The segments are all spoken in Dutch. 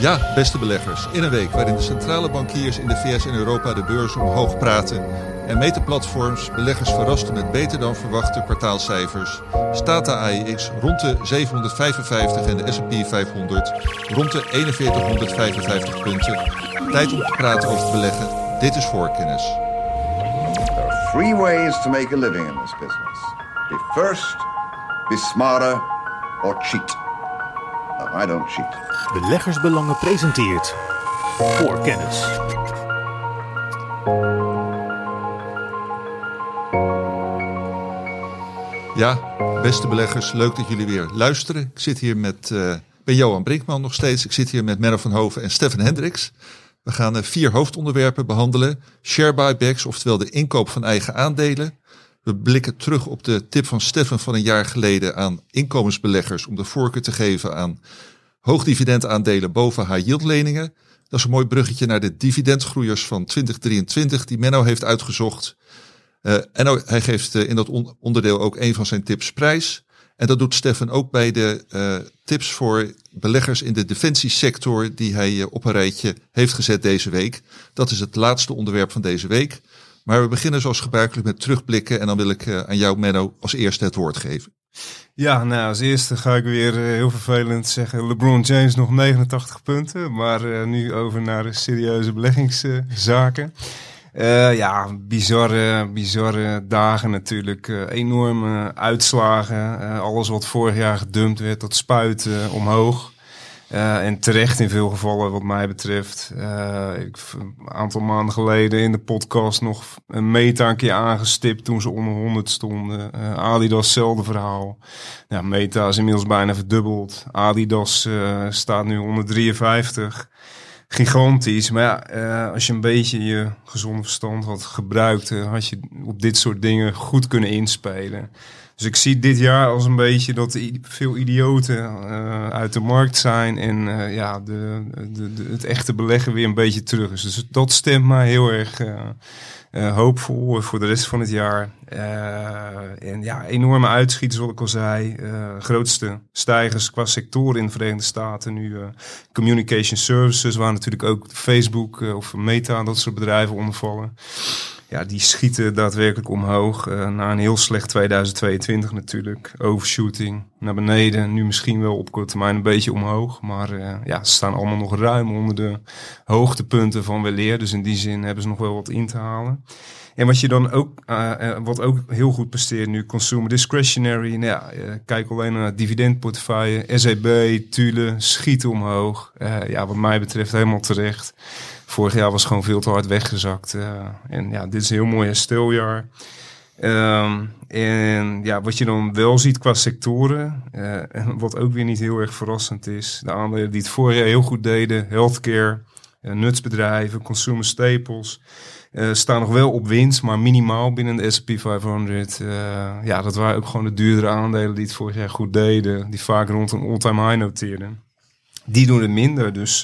Ja, beste beleggers. In een week waarin de centrale bankiers in de VS en Europa de beurs omhoog praten en meterplatforms beleggers verrasten met beter dan verwachte kwartaalcijfers, staat de AEX rond de 755 en de S&P 500 rond de 4155 punten. Tijd om te praten over beleggen. Dit is Voorkennis. There are three ways to make a living in this business. Be first, be smarter, or cheat. No, I don't cheat. Beleggersbelangen presenteert Voorkennis. Ja, beste beleggers, leuk dat jullie weer luisteren. Ik zit hier ben Johan Brinkman nog steeds. Ik zit hier met Menno van Hoven en Stefan Hendricks. We gaan 4 hoofdonderwerpen behandelen. Share buybacks, oftewel de inkoop van eigen aandelen. We blikken terug op de tip van Stefan van een jaar geleden aan inkomensbeleggers om de voorkeur te geven aan hoogdividendaandelen boven high-yield leningen. Dat is een mooi bruggetje naar de dividendgroeiers van 2023 die Menno heeft uitgezocht. En hij geeft in dat onderdeel ook een van zijn tips prijs. En dat doet Stefan ook bij de tips voor beleggers in de defensiesector die hij op een rijtje heeft gezet deze week. Dat is het laatste onderwerp van deze week. Maar we beginnen zoals gebruikelijk met terugblikken en dan wil ik aan jou, Menno, als eerste het woord geven. Ja, nou als eerste ga ik weer heel vervelend zeggen LeBron James nog 89 punten. Maar nu over naar de serieuze beleggingszaken. Ja, bizarre dagen natuurlijk. Enorme uitslagen. Alles wat vorig jaar gedumpt werd, dat spuit omhoog. En terecht in veel gevallen wat mij betreft. Een aantal maanden geleden in de podcast nog een Meta een keer aangestipt toen ze onder 100 stonden. Adidas, hetzelfde verhaal. Ja, Meta is inmiddels bijna verdubbeld. Adidas staat nu 153. Gigantisch, maar ja, als je een beetje je gezonde verstand had gebruikt, had je op dit soort dingen goed kunnen inspelen. Dus ik zie dit jaar als een beetje dat veel idioten uit de markt zijn en het echte beleggen weer een beetje terug is. Dus dat stemt mij heel erg hoopvol voor de rest van het jaar. En ja, enorme uitschieters, wat ik al zei. Grootste stijgers qua sectoren in de Verenigde Staten. Nu communication services, waar natuurlijk ook Facebook of Meta, dat soort bedrijven onder vallen. Ja, die schieten daadwerkelijk omhoog. Na een heel slecht 2022 natuurlijk. Overshooting naar beneden. Nu misschien wel op korte termijn een beetje omhoog. Maar ze staan allemaal nog ruim onder de hoogtepunten van weleer. Dus in die zin hebben ze nog wel wat in te halen. En wat je dan ook, wat ook heel goed presteert nu, consumer discretionary. Nou ja, kijk alleen naar het dividendportefeuille. SEB, Thule, schieten omhoog. Wat mij betreft helemaal terecht. Vorig jaar was gewoon veel te hard weggezakt. En ja, dit is een heel mooi hersteljaar. En ja, wat je dan wel ziet qua sectoren, wat ook weer niet heel erg verrassend is. De aandelen die het vorig jaar heel goed deden, healthcare, nutsbedrijven, consumer staples, staan nog wel op winst, maar minimaal binnen de S&P 500. Dat waren ook gewoon de duurdere aandelen die het vorig jaar goed deden, die vaak rond een all-time high noteerden. Die doen het minder, dus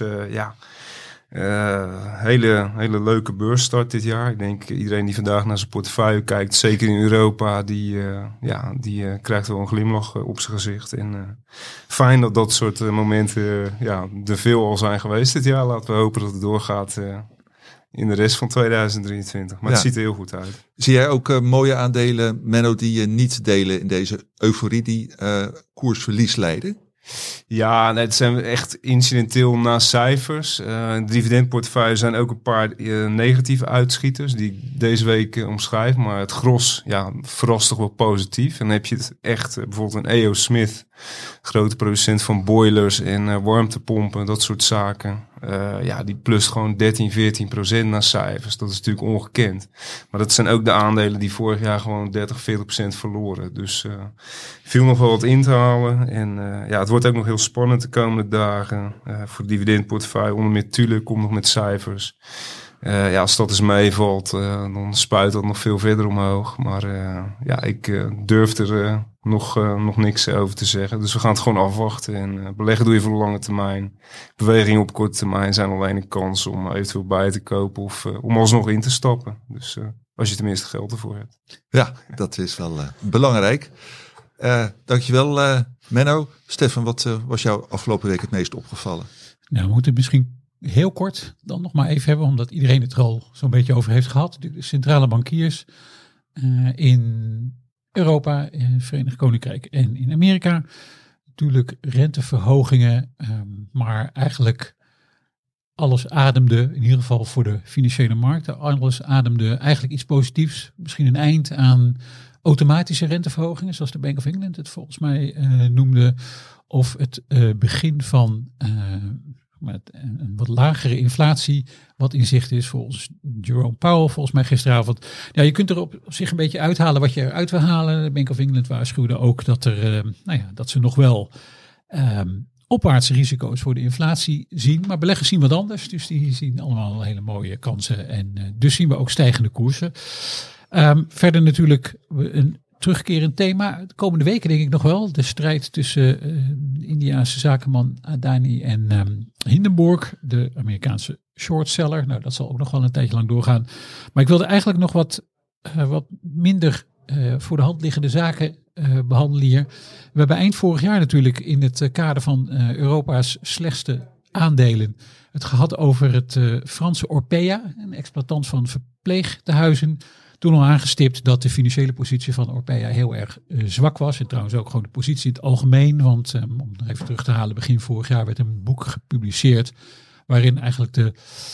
hele leuke beursstart dit jaar. Ik denk iedereen die vandaag naar zijn portefeuille kijkt, zeker in Europa, die krijgt wel een glimlach op zijn gezicht. En fijn dat dat soort momenten er veel al zijn geweest dit jaar. Laten we hopen dat het doorgaat in de rest van 2023. Maar het ziet er heel goed uit. Zie jij ook mooie aandelen, Menno, die je niet delen in deze euforie die koersverlies leiden? Ja, het zijn echt incidenteel na cijfers. In de dividendportefeuille zijn ook een paar negatieve uitschieters die ik deze week omschrijf. Maar het gros verrast toch wel positief. En dan heb je het echt bijvoorbeeld een E.O. Smith, grote producent van boilers en warmtepompen, dat soort zaken. Die plust gewoon 13-14% naar cijfers. Dat is natuurlijk ongekend. Maar dat zijn ook de aandelen die vorig jaar gewoon 30-40% verloren. Dus viel nog wel wat in te halen. En het wordt ook nog heel spannend de komende dagen. Voor de dividendportefeuille onder meer Thule komt nog met cijfers. Als dat eens meevalt, dan spuit dat nog veel verder omhoog. Maar ik durf er nog niks over te zeggen. Dus we gaan het gewoon afwachten. En beleggen doe je voor de lange termijn. Bewegingen op korte termijn zijn alleen een kans om eventueel bij te kopen of om alsnog in te stappen. Dus als je tenminste geld ervoor hebt. Ja, dat is wel belangrijk. Dankjewel Menno, Stefan, wat was jou afgelopen week het meest opgevallen? Nou, we moeten het misschien heel kort dan nog maar even hebben, omdat iedereen het er al zo'n beetje over heeft gehad. De centrale bankiers in Europa, in het Verenigd Koninkrijk en in Amerika. Natuurlijk renteverhogingen, maar eigenlijk alles ademde, in ieder geval voor de financiële markten, alles ademde eigenlijk iets positiefs. Misschien een eind aan automatische renteverhogingen, zoals de Bank of England het volgens mij noemde. Of het begin van een wat lagere inflatie, wat in zicht is volgens Jerome Powell, volgens mij gisteravond. Ja, je kunt er op zich een beetje uithalen wat je eruit wil halen. De Bank of England waarschuwde ook dat ze nog wel opwaartse risico's voor de inflatie zien. Maar beleggers zien wat anders. Dus die zien allemaal hele mooie kansen. En dus zien we ook stijgende koersen. Verder natuurlijk een terugkerend thema. De komende weken denk ik nog wel. De strijd tussen Indiase zakenman Adani en Hindenburg. De Amerikaanse shortseller. Nou, dat zal ook nog wel een tijdje lang doorgaan. Maar ik wilde eigenlijk nog wat minder voor de hand liggende zaken behandelen hier. We hebben eind vorig jaar natuurlijk in het kader van Europa's slechtste aandelen het gehad over het Franse Orpea, een exploitant van verpleegtehuizen. Toen al aangestipt dat de financiële positie van Orpea heel erg zwak was. En trouwens ook gewoon de positie in het algemeen. Want om nog even terug te halen, begin vorig jaar werd een boek gepubliceerd waarin eigenlijk de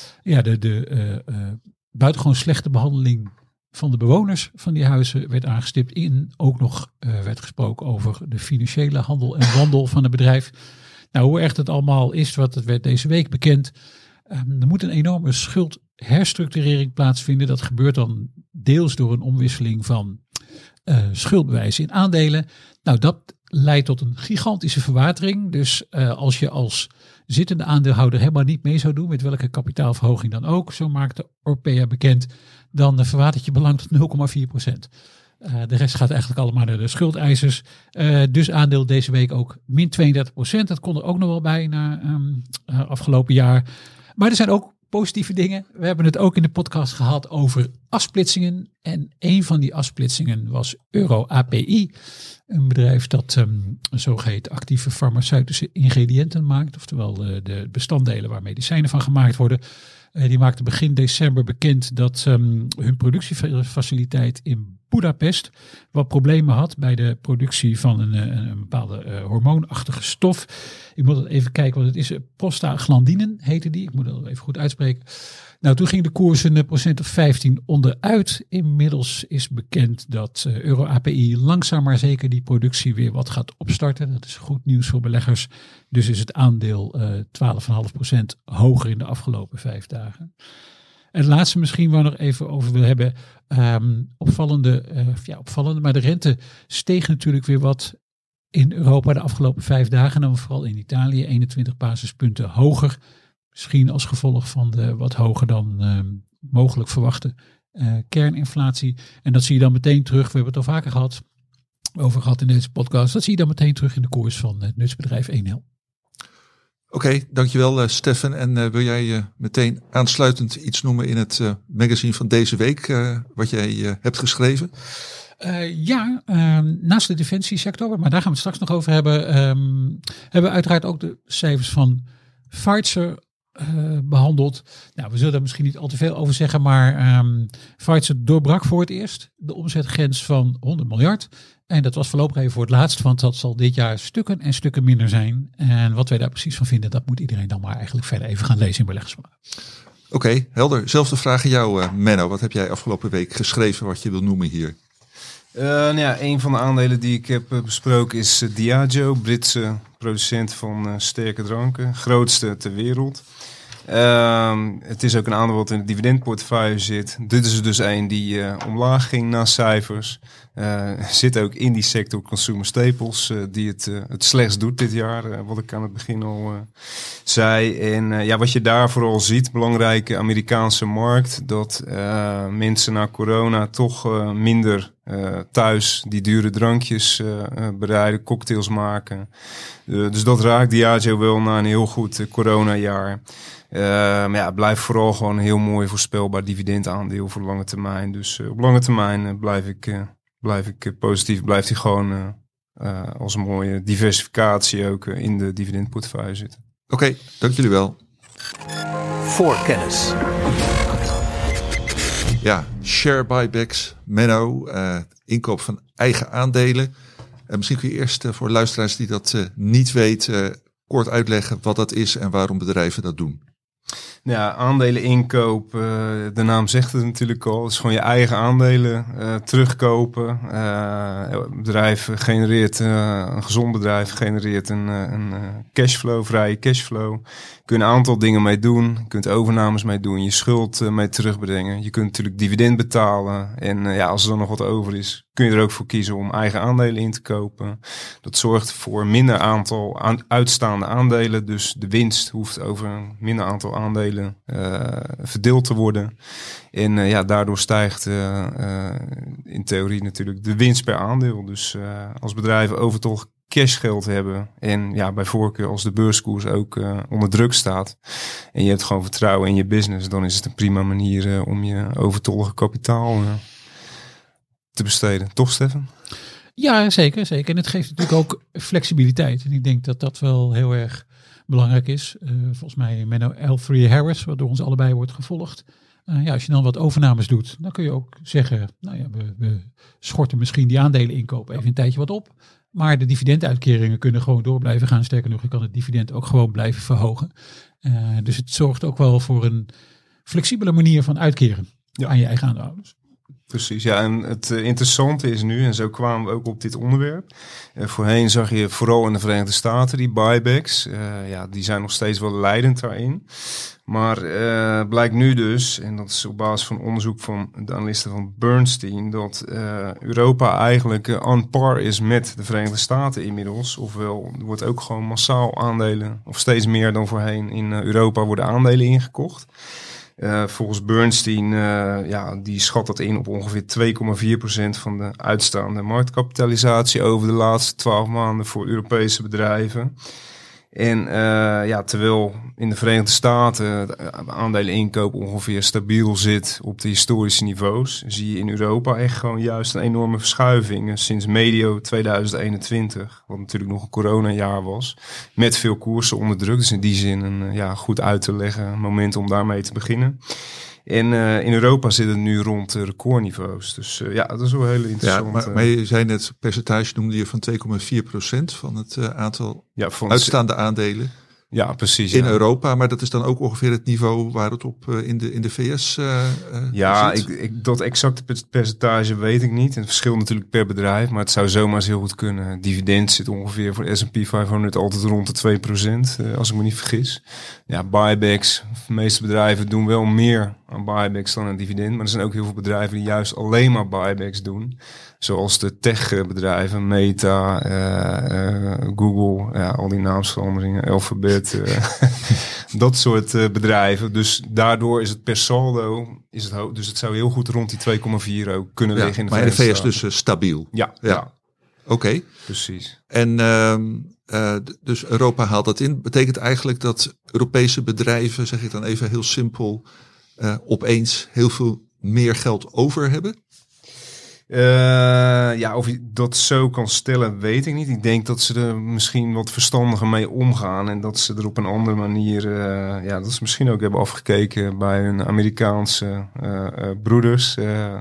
buitengewoon slechte behandeling van de bewoners van die huizen werd aangestipt. In ook nog werd gesproken over de financiële handel en wandel van het bedrijf. Nou, hoe echt het allemaal is, het werd deze week bekend. Er moet een enorme schuldherstructurering plaatsvinden. Dat gebeurt dan deels door een omwisseling van schuldbewijzen in aandelen. Nou, dat leidt tot een gigantische verwatering. Dus als je als zittende aandeelhouder helemaal niet mee zou doen, met welke kapitaalverhoging dan ook, zo maakte Orpea bekend, dan verwatert je belang tot 0,4%. De rest gaat eigenlijk allemaal naar de schuldeisers. Dus aandeel deze week ook min 32%. Dat kon er ook nog wel bij na afgelopen jaar. Maar er zijn ook positieve dingen. We hebben het ook in de podcast gehad over afsplitsingen. En een van die afsplitsingen was EuroAPI. Een bedrijf dat zogeheten actieve farmaceutische ingrediënten maakt. Oftewel de bestanddelen waar medicijnen van gemaakt worden. Die maakte begin december bekend dat hun productiefaciliteit in Budapest wat problemen had bij de productie van een bepaalde hormoonachtige stof. Ik moet even kijken wat het is. Prostaglandinen heette die. Ik moet dat even goed uitspreken. Nou, toen ging de koers een procent of 15 onderuit. Inmiddels is bekend dat EuroAPI langzaam maar zeker die productie weer wat gaat opstarten. Dat is goed nieuws voor beleggers. Dus is het aandeel 12,5% hoger in de afgelopen 5 dagen. En het laatste misschien waar we nog even over willen hebben. Opvallende, maar de rente steeg natuurlijk weer wat in Europa de afgelopen 5 dagen. En dan vooral in Italië 21 basispunten hoger. Misschien als gevolg van de wat hoger dan mogelijk verwachte kerninflatie. En dat zie je dan meteen terug. We hebben het al vaker over gehad in deze podcast. Dat zie je dan meteen terug in de koers van het nutsbedrijf 1L. Oké, dankjewel Stefan. En wil jij meteen aansluitend iets noemen in het magazine van deze week, wat jij hebt geschreven? Naast de defensiesector, maar daar gaan we het straks nog over hebben, hebben we uiteraard ook de cijfers van Pfizer behandeld. Nou, we zullen daar misschien niet al te veel over zeggen, maar Pfizer doorbrak voor het eerst de omzetgrens van 100 miljard. En dat was voorlopig even voor het laatst, want dat zal dit jaar stukken en stukken minder zijn. En wat wij daar precies van vinden, dat moet iedereen dan maar eigenlijk verder even gaan lezen in Beleggersverhalen. Oké, helder. Zelfde vraag aan jou, Menno. Wat heb jij afgelopen week geschreven wat je wil noemen hier? Een van de aandelen die ik heb besproken is Diageo, Britse producent van sterke dranken, grootste ter wereld. Het is ook een aandeel wat in het dividendportefeuille zit. Dit is er dus een die omlaag ging na cijfers. Zit ook in die sector consumer staples die het slechtst doet dit jaar. Wat ik aan het begin al zei. En wat je daar vooral ziet, belangrijke Amerikaanse markt. Dat mensen na corona toch minder thuis die dure drankjes bereiden, cocktails maken. Dus dat raakt Diageo wel na een heel goed coronajaar. Maar het blijft vooral gewoon een heel mooi voorspelbaar dividendaandeel voor de lange termijn. Dus op lange termijn blijf ik positief. Blijft hij gewoon als een mooie diversificatie ook in de dividendportefeuille zitten. Oké, dank jullie wel. Voor kennis. Ja, share buybacks, Menno, inkoop van eigen aandelen. Misschien kun je eerst voor luisteraars die dat niet weten, kort uitleggen wat dat is en waarom bedrijven dat doen. Ja, aandeleninkoop, de naam zegt het natuurlijk al. Het is gewoon je eigen aandelen terugkopen. Bedrijf genereert, een gezond bedrijf genereert een cashflow, vrije cashflow. Je kunt een aantal dingen mee doen. Je kunt overnames mee doen, je schuld mee terugbrengen. Je kunt natuurlijk dividend betalen. En als er dan nog wat over is, kun je er ook voor kiezen om eigen aandelen in te kopen. Dat zorgt voor minder aantal uitstaande aandelen. Dus de winst hoeft over een minder aantal aandelen verdeeld te worden. En daardoor stijgt in theorie natuurlijk de winst per aandeel. Dus als bedrijven overtollig cashgeld hebben en bij voorkeur als de beurskoers ook onder druk staat en je hebt gewoon vertrouwen in je business, dan is het een prima manier om je overtollige kapitaal te besteden. Toch, Stefan? Ja, zeker. En het geeft natuurlijk ook flexibiliteit. En ik denk dat dat wel heel erg belangrijk is. Volgens mij Menno L3 Harris, wat door ons allebei wordt gevolgd. Als je dan wat overnames doet, dan kun je ook zeggen, we schorten misschien die aandelen inkoop even een tijdje wat op. Maar de dividenduitkeringen kunnen gewoon door blijven gaan. Sterker nog, je kan het dividend ook gewoon blijven verhogen. Dus het zorgt ook wel voor een flexibele manier van uitkeren aan je eigen aandeelhouders. Precies, ja, en het interessante is nu, en zo kwamen we ook op dit onderwerp. Voorheen zag je vooral in de Verenigde Staten die buybacks. Die zijn nog steeds wel leidend daarin. Maar blijkt nu dus, en dat is op basis van onderzoek van de analisten van Bernstein, dat Europa eigenlijk on par is met de Verenigde Staten inmiddels. Ofwel, er wordt ook gewoon massaal aandelen, of steeds meer dan voorheen in Europa worden aandelen ingekocht. Volgens Bernstein, die schat dat in op ongeveer 2,4% van de uitstaande marktkapitalisatie over de laatste 12 maanden voor Europese bedrijven. En terwijl in de Verenigde Staten de aandeleninkoop ongeveer stabiel zit op de historische niveaus, zie je in Europa echt gewoon juist een enorme verschuiving sinds medio 2021, wat natuurlijk nog een coronajaar was, met veel koersen onder druk. Dus in die zin een goed uit te leggen moment om daarmee te beginnen. En in Europa zit het nu rond recordniveaus. Dus dat is wel heel interessant. Ja, maar je zei net, percentage noemde je van 2,4% van het aantal uitstaande aandelen. Ja, precies. In Europa, maar dat is dan ook ongeveer het niveau waar het op in de VS zit? Dat exacte percentage weet ik niet. En het verschilt natuurlijk per bedrijf, maar het zou zomaar eens heel goed kunnen. Dividend zit ongeveer voor de S&P 500 altijd rond de 2%, als ik me niet vergis. Ja, buybacks. De meeste bedrijven doen wel meer aan buybacks dan een dividend. Maar er zijn ook heel veel bedrijven die juist alleen maar buybacks doen. Zoals de techbedrijven, Meta, Google, al die naamsveranderingen, Alphabet, dat soort bedrijven. Dus daardoor is het per saldo hoog. Dus het zou heel goed rond die 2,4 ook kunnen liggen in de maar in de VS dus stabiel. Ja. Oké. Precies. En dus Europa haalt dat in. Betekent eigenlijk dat Europese bedrijven, zeg ik dan even heel simpel, opeens heel veel meer geld over hebben? Of je dat zo kan stellen, weet ik niet. Ik denk dat ze er misschien wat verstandiger mee omgaan. En dat ze er op een andere manier, dat ze misschien ook hebben afgekeken bij hun Amerikaanse broeders.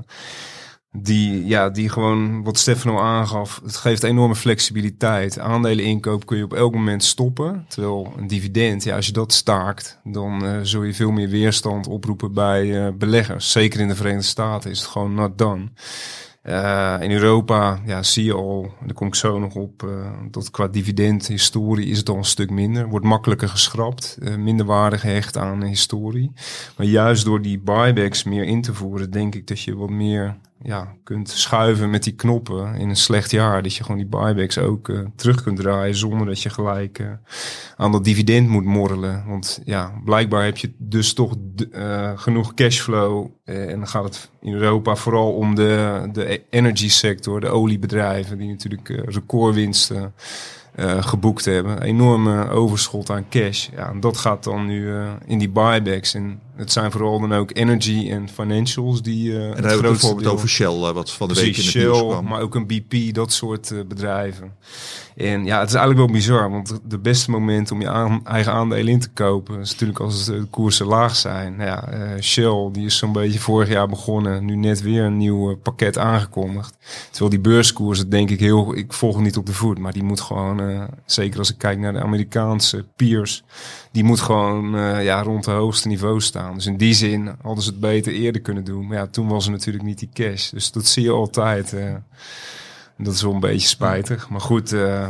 Die gewoon, wat Stefan al aangaf, het geeft enorme flexibiliteit. Aandeleninkoop kun je op elk moment stoppen. Terwijl een dividend, als je dat staakt, dan zul je veel meer weerstand oproepen bij beleggers. Zeker in de Verenigde Staten is het gewoon not done. In Europa zie je al, daar kom ik zo nog op, dat qua dividendhistorie is het al een stuk minder. Wordt makkelijker geschrapt, minder waarde gehecht aan historie. Maar juist door die buybacks meer in te voeren, denk ik dat je wat meer kunt schuiven met die knoppen in een slecht jaar. Dat je gewoon die buybacks ook terug kunt draaien zonder dat je gelijk aan dat dividend moet morrelen. Want blijkbaar heb je dus toch genoeg cashflow. En dan gaat het in Europa vooral om de energy sector, de oliebedrijven, die natuurlijk recordwinsten geboekt hebben. Enorme overschot aan cash. Ja, en dat gaat dan nu in die buybacks. En Het zijn vooral dan ook energy en financials die en dan hebben we bijvoorbeeld over Shell, wat van de week in het Shell, nieuws kwam. maar ook een BP, dat soort bedrijven. En ja, het is eigenlijk wel bizar, want de beste moment om je eigen aandelen in te kopen is natuurlijk als de koersen laag zijn. Nou ja, Shell, die is zo'n beetje vorig jaar begonnen, nu net weer een nieuw pakket aangekondigd. Terwijl die beurskoersen, denk ik ik volg hem niet op de voet, maar die moet gewoon, zeker als ik kijk naar de Amerikaanse peers, die moet gewoon rond het hoogste niveau staan. Dus in die zin hadden ze het beter eerder kunnen doen. Maar ja, toen was er natuurlijk niet die cash. Dus dat zie je altijd. Dat is wel een beetje spijtig. Maar goed.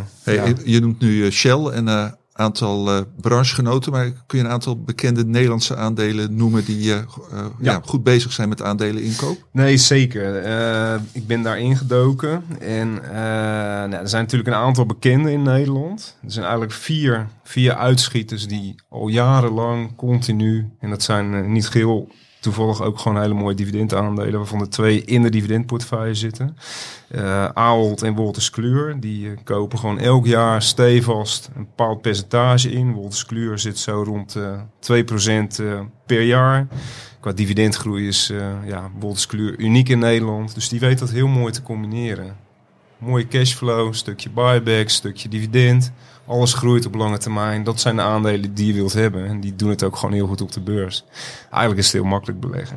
Je noemt nu Shell en een aantal branchegenoten. Maar kun je een aantal bekende Nederlandse aandelen noemen die goed bezig zijn met aandelen inkoop? Nee, zeker. Ik ben daar ingedoken. En er zijn natuurlijk een aantal bekenden in Nederland. Er zijn eigenlijk vier uitschieters die al jarenlang continu, en dat zijn niet geheel toevallig ook gewoon hele mooie dividendaandelen, waarvan de 2 in de dividendportefeuille zitten. Ahold en Wolters Kluwer, die kopen gewoon elk jaar stevast een bepaald percentage in. Wolters Kluwer zit zo rond 2% per jaar. Qua dividendgroei is Wolters Kluwer uniek in Nederland. Dus die weet dat heel mooi te combineren. Mooie cashflow, stukje buyback, stukje dividend. Alles groeit op lange termijn. Dat zijn de aandelen die je wilt hebben. En die doen het ook gewoon heel goed op de beurs. Eigenlijk is het heel makkelijk beleggen.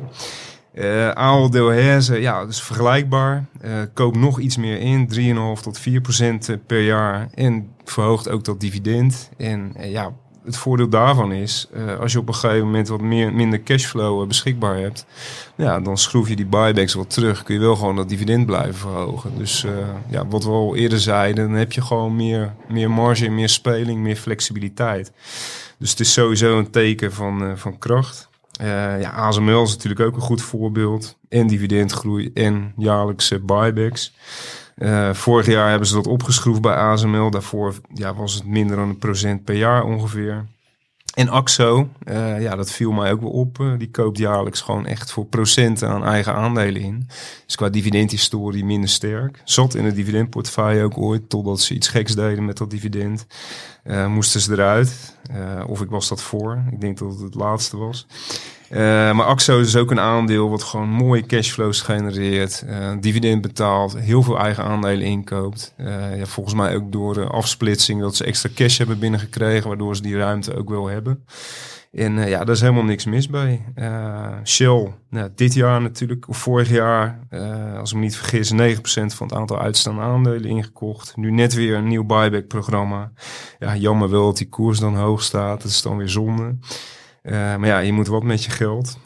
Ahold Delhaize, dat is vergelijkbaar. Koop nog iets meer in. 3,5 tot 4% per jaar. En verhoogt ook dat dividend. En het voordeel daarvan is, als je op een gegeven moment wat minder cashflow beschikbaar hebt, dan schroef je die buybacks wat terug. Kun je wel gewoon dat dividend blijven verhogen. Dus wat we al eerder zeiden, dan heb je gewoon meer marge, meer speling, meer flexibiliteit. Dus het is sowieso een teken van kracht. ASML is natuurlijk ook een goed voorbeeld. En dividendgroei en jaarlijkse buybacks. Vorig jaar hebben ze dat opgeschroefd bij ASML. Daarvoor was het minder dan 1% per jaar ongeveer. En Axo, dat viel mij ook wel op. Die koopt jaarlijks gewoon echt voor procenten aan eigen aandelen in. Dus qua dividendhistorie minder sterk. Zat in het dividendportefeuille ook ooit, totdat ze iets geks deden met dat dividend. Moesten ze eruit. Of ik was dat voor. Ik denk dat het laatste was. Maar Axo is ook een aandeel wat gewoon mooie cashflows genereert. Dividend betaalt, heel veel eigen aandelen inkoopt. Volgens mij ook door de afsplitsing dat ze extra cash hebben binnengekregen, waardoor ze die ruimte ook wel hebben. En daar is helemaal niks mis bij. Shell, dit jaar natuurlijk, of vorig jaar, als ik me niet vergis, 9% van het aantal uitstaande aandelen ingekocht. Nu net weer een nieuw buyback programma. Jammer wel dat die koers dan hoog staat. Dat is dan weer zonde. Maar je moet wat met je geld.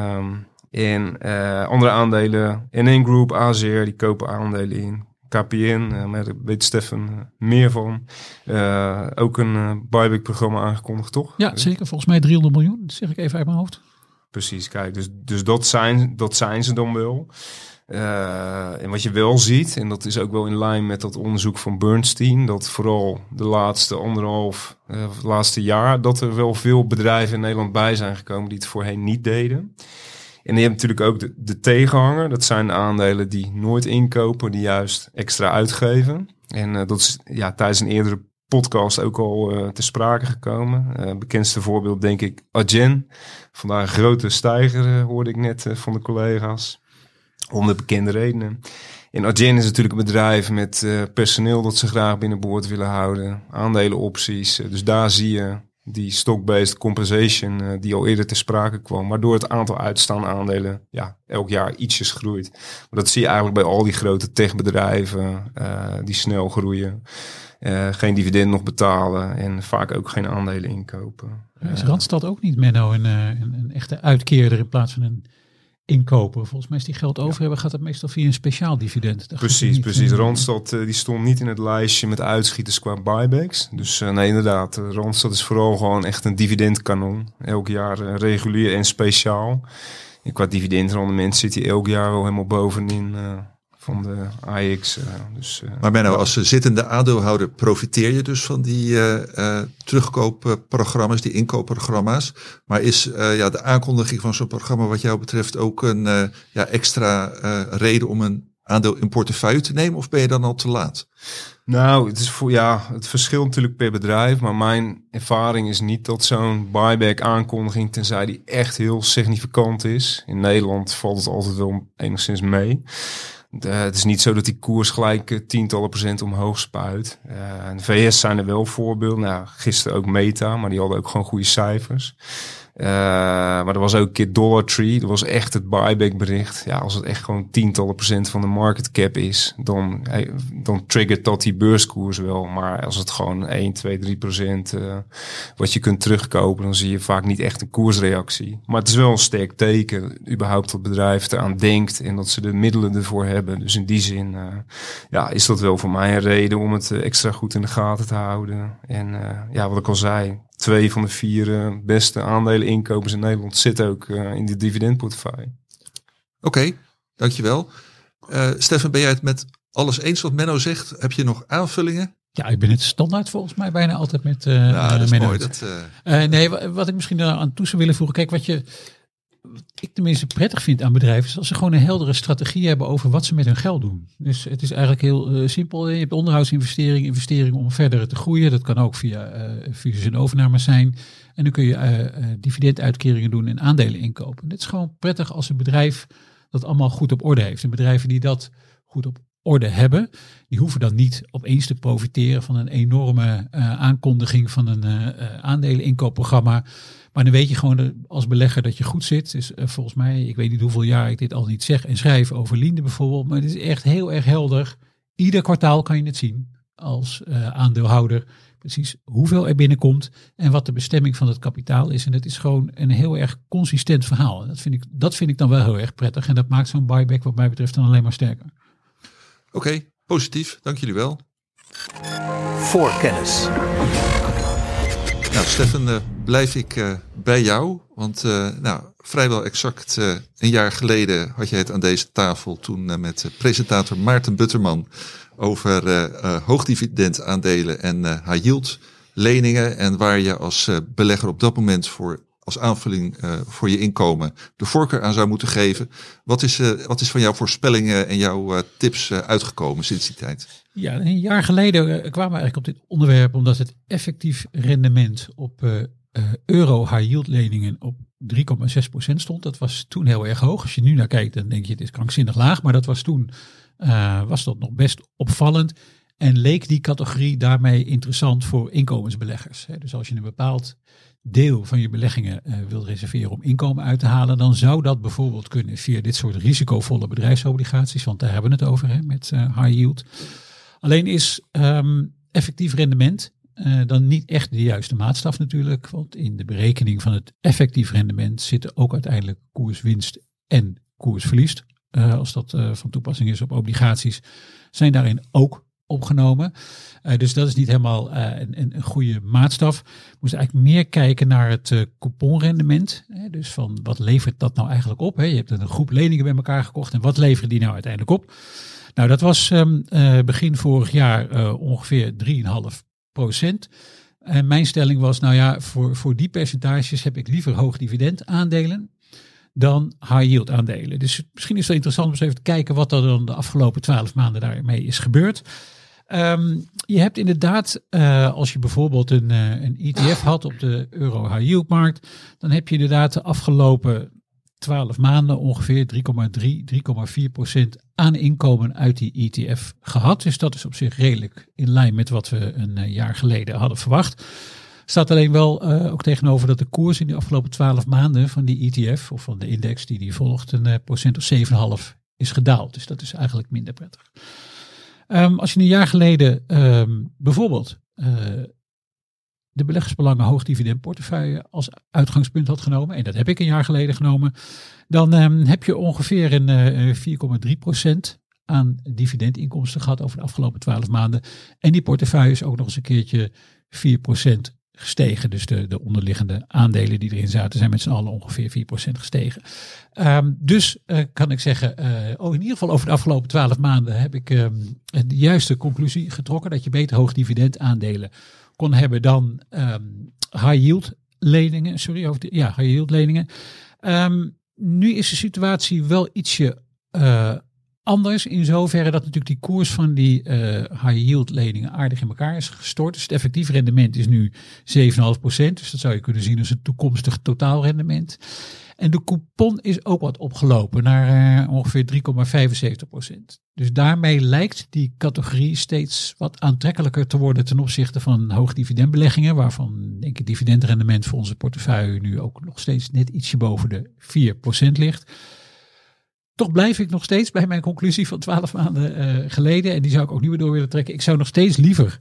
Andere aandelen, NN Group, AZR, die kopen aandelen in. KPN, maar daar weet Stefan meer van. Ook een buyback-programma aangekondigd, toch? Ja, zeker. Volgens mij 300 miljoen. Dat zeg ik even uit mijn hoofd. Precies, kijk. Dus dat zijn ze dan wel. En wat je wel ziet, en dat is ook wel in lijn met dat onderzoek van Bernstein, dat vooral de laatste jaar, dat er wel veel bedrijven in Nederland bij zijn gekomen die het voorheen niet deden. En je hebt natuurlijk ook de tegenhanger. Dat zijn de aandelen die nooit inkopen, die juist extra uitgeven. En dat is tijdens een eerdere podcast ook al ter sprake gekomen. Bekendste voorbeeld denk ik Adyen. Vandaar een grote stijger hoorde ik net van de collega's. Om de bekende redenen. En Adyen is natuurlijk een bedrijf met personeel dat ze graag binnenboord willen houden. Aandelenopties. Dus daar zie je die stock-based compensation die al eerder ter sprake kwam. Waardoor het aantal uitstaande aandelen elk jaar ietsjes groeit. Maar dat zie je eigenlijk bij al die grote techbedrijven die snel groeien. Geen dividend nog betalen en vaak ook geen aandelen inkopen. Is Randstad ook niet, Menno, een echte uitkeerder in plaats van een inkopen? Volgens mij, als die geld over hebben, gaat het meestal via een speciaal dividend. Precies. Randstad die stond niet in het lijstje met uitschieters qua buybacks. Dus nee, inderdaad. Randstad is vooral gewoon echt een dividendkanon. Elk jaar regulier en speciaal. En qua dividendrendement zit hij elk jaar wel helemaal bovenin van de AX. Maar Menno, als zittende aandeelhouder profiteer je dus van die terugkoopprogramma's, die inkoopprogramma's. Maar is de aankondiging van zo'n programma wat jou betreft ook een extra reden om een aandeel in portefeuille te nemen of ben je dan al te laat? Nou, het verschilt natuurlijk per bedrijf, maar mijn ervaring is niet dat zo'n buyback aankondiging, tenzij die echt heel significant is. In Nederland valt het altijd wel enigszins mee. Het is niet zo dat die koers gelijk tientallen procent omhoog spuit. In de VS zijn er wel voorbeelden. Nou, gisteren ook Meta, maar die hadden ook gewoon goede cijfers. Maar er was ook een keer Dollar Tree. Dat was echt het buyback bericht. Ja, als het echt gewoon tientallen procent van de market cap is, dan triggert dat die beurskoers wel. Maar als het gewoon 1, 2, 3% wat je kunt terugkopen, dan zie je vaak niet echt een koersreactie. Maar het is wel een sterk teken, überhaupt dat het bedrijf eraan denkt en dat ze de middelen ervoor hebben. Dus in die zin is dat wel voor mij een reden om het extra goed in de gaten te houden. En wat ik al zei, 2 van de 4 beste aandeleninkomens in Nederland zitten ook in de dividendportefeuille. Oké, dankjewel. Stefan, ben jij het met alles eens wat Menno zegt? Heb je nog aanvullingen? Ja, ik ben het standaard volgens mij bijna altijd met dat is Menno. Mooi. Wat ik misschien aan toe zou willen voegen. Kijk, wat ik tenminste prettig vind aan bedrijven is als ze gewoon een heldere strategie hebben over wat ze met hun geld doen. Dus het is eigenlijk heel simpel. Je hebt onderhoudsinvesteringen, investeringen om verder te groeien. Dat kan ook via fusies en overnames zijn. En dan kun je dividenduitkeringen doen en aandelen inkopen. Het is gewoon prettig als een bedrijf dat allemaal goed op orde heeft. En bedrijven die dat goed op orde hebben, die hoeven dan niet opeens te profiteren van een enorme aankondiging van een aandeleninkoopprogramma. Maar dan weet je gewoon als belegger dat je goed zit. Dus volgens mij, ik weet niet hoeveel jaar ik dit al niet zeg en schrijf over Linde bijvoorbeeld. Maar het is echt heel erg helder. Ieder kwartaal kan je het zien als aandeelhouder. Precies hoeveel er binnenkomt en wat de bestemming van het kapitaal is. En dat is gewoon een heel erg consistent verhaal. En dat vind ik dan wel heel erg prettig. En dat maakt zo'n buyback wat mij betreft dan alleen maar sterker. Oké, positief. Dank jullie wel. Voorkennis. Nou, Stefan, blijf ik bij jou. Want vrijwel exact een jaar geleden had jij het aan deze tafel toen met presentator Maarten Butterman over hoogdividendaandelen en high yield leningen. En waar je als belegger op dat moment als aanvulling voor je inkomen de voorkeur aan zou moeten geven. Wat is van jouw voorspellingen en jouw tips uitgekomen sinds die tijd? Ja, een jaar geleden kwamen we eigenlijk op dit onderwerp omdat het effectief rendement op euro high yield leningen op 3,6% stond. Dat was toen heel erg hoog. Als je nu naar kijkt, dan denk je het is krankzinnig laag. Maar dat was toen was dat nog best opvallend. En leek die categorie daarmee interessant voor inkomensbeleggers. Dus als je een bepaald deel van je beleggingen wil reserveren om inkomen uit te halen, dan zou dat bijvoorbeeld kunnen via dit soort risicovolle bedrijfsobligaties, want daar hebben we het over met high yield. Alleen is effectief rendement dan niet echt de juiste maatstaf natuurlijk, want in de berekening van het effectief rendement zitten ook uiteindelijk koerswinst en koersverlies. Als dat van toepassing is op obligaties, zijn daarin ook opgenomen. Dus dat is niet helemaal een goede maatstaf. We moesten eigenlijk meer kijken naar het couponrendement. Dus van wat levert dat nou eigenlijk op? Je hebt een groep leningen bij elkaar gekocht en wat leveren die nou uiteindelijk op? Nou, dat was begin vorig jaar ongeveer 3,5%. En mijn stelling was, voor die percentages heb ik liever hoogdividend aandelen dan high yield aandelen. Dus misschien is het wel interessant om eens even te kijken wat er dan de afgelopen 12 maanden daarmee is gebeurd. Je hebt inderdaad, als je bijvoorbeeld een ETF had op de euro high yield markt, dan heb je inderdaad de afgelopen 12 maanden ongeveer 3,4% aan inkomen uit die ETF gehad. Dus dat is op zich redelijk in lijn met wat we een jaar geleden hadden verwacht. Staat alleen wel ook tegenover dat de koers in de afgelopen 12 maanden van die ETF of van de index die volgt een procent of 7,5 is gedaald. Dus dat is eigenlijk minder prettig. Als je een jaar geleden bijvoorbeeld de beleggersbelangen hoogdividendportefeuille als uitgangspunt had genomen, en dat heb ik een jaar geleden genomen, dan heb je ongeveer een 4,3% aan dividendinkomsten gehad over de afgelopen 12 maanden. En die portefeuille is ook nog eens een keertje 4% gestegen. Dus de onderliggende aandelen die erin zaten zijn met z'n allen ongeveer 4% gestegen. Dus kan ik zeggen, in ieder geval over de afgelopen 12 maanden heb ik de juiste conclusie getrokken dat je beter hoogdividend aandelen kon hebben dan high yield leningen. High yield leningen. Nu is de situatie wel ietsje anders in zoverre dat natuurlijk die koers van die high yield leningen aardig in elkaar is gestort. Dus het effectief rendement is nu 7,5%. Dus dat zou je kunnen zien als een toekomstig totaalrendement. En de coupon is ook wat opgelopen naar ongeveer 3,75%. Dus daarmee lijkt die categorie steeds wat aantrekkelijker te worden ten opzichte van hoogdividendbeleggingen, waarvan denk ik dividendrendement voor onze portefeuille nu ook nog steeds net ietsje boven de 4% ligt. Toch blijf ik nog steeds bij mijn conclusie van 12 maanden geleden. En die zou ik ook niet meer door willen trekken. Ik zou nog steeds liever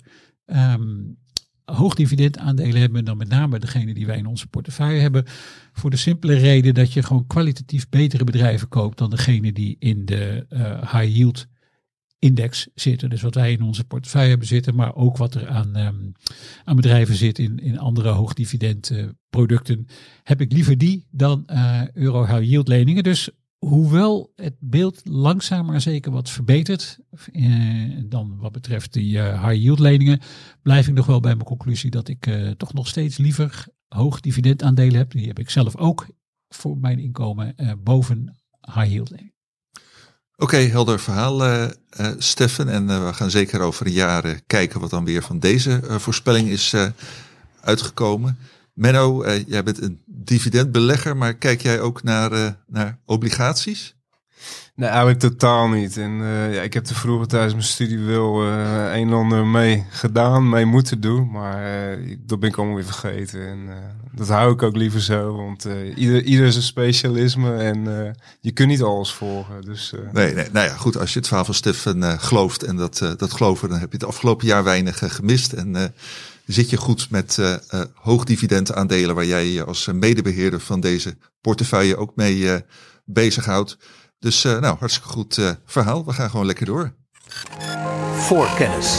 hoogdividendaandelen hebben dan met name degene die wij in onze portefeuille hebben. Voor de simpele reden dat je gewoon kwalitatief betere bedrijven koopt dan degene die in de high yield index zitten. Dus wat wij in onze portefeuille hebben zitten, maar ook wat er aan bedrijven zit in andere hoogdividend producten. Heb ik liever die dan euro high yield leningen. Dus hoewel het beeld langzaam maar zeker wat verbetert dan wat betreft die high yield leningen, blijf ik nog wel bij mijn conclusie dat ik toch nog steeds liever hoog dividendaandelen heb. Die heb ik zelf ook voor mijn inkomen boven high yield leningen. Oké, helder verhaal, Steffen. En we gaan zeker over een jaar kijken wat dan weer van deze voorspelling is uitgekomen. Menno, jij bent een dividendbelegger, maar kijk jij ook naar obligaties? Nee, eigenlijk totaal niet. En ik heb er vroeger tijdens mijn studie wel een en ander mee gedaan, mee moeten doen. Maar dat ben ik allemaal weer vergeten. En dat hou ik ook liever zo. Want ieder is een specialisme en je kunt niet alles volgen. Dus, Nee, nou ja, goed. Als je het verhaal van Steffen gelooft en dat geloven, dan heb je het afgelopen jaar weinig gemist. En zit je goed met hoogdividendaandelen waar jij je als medebeheerder van deze portefeuille ook mee bezighoudt. Dus hartstikke goed verhaal. We gaan gewoon lekker door. Voorkennis.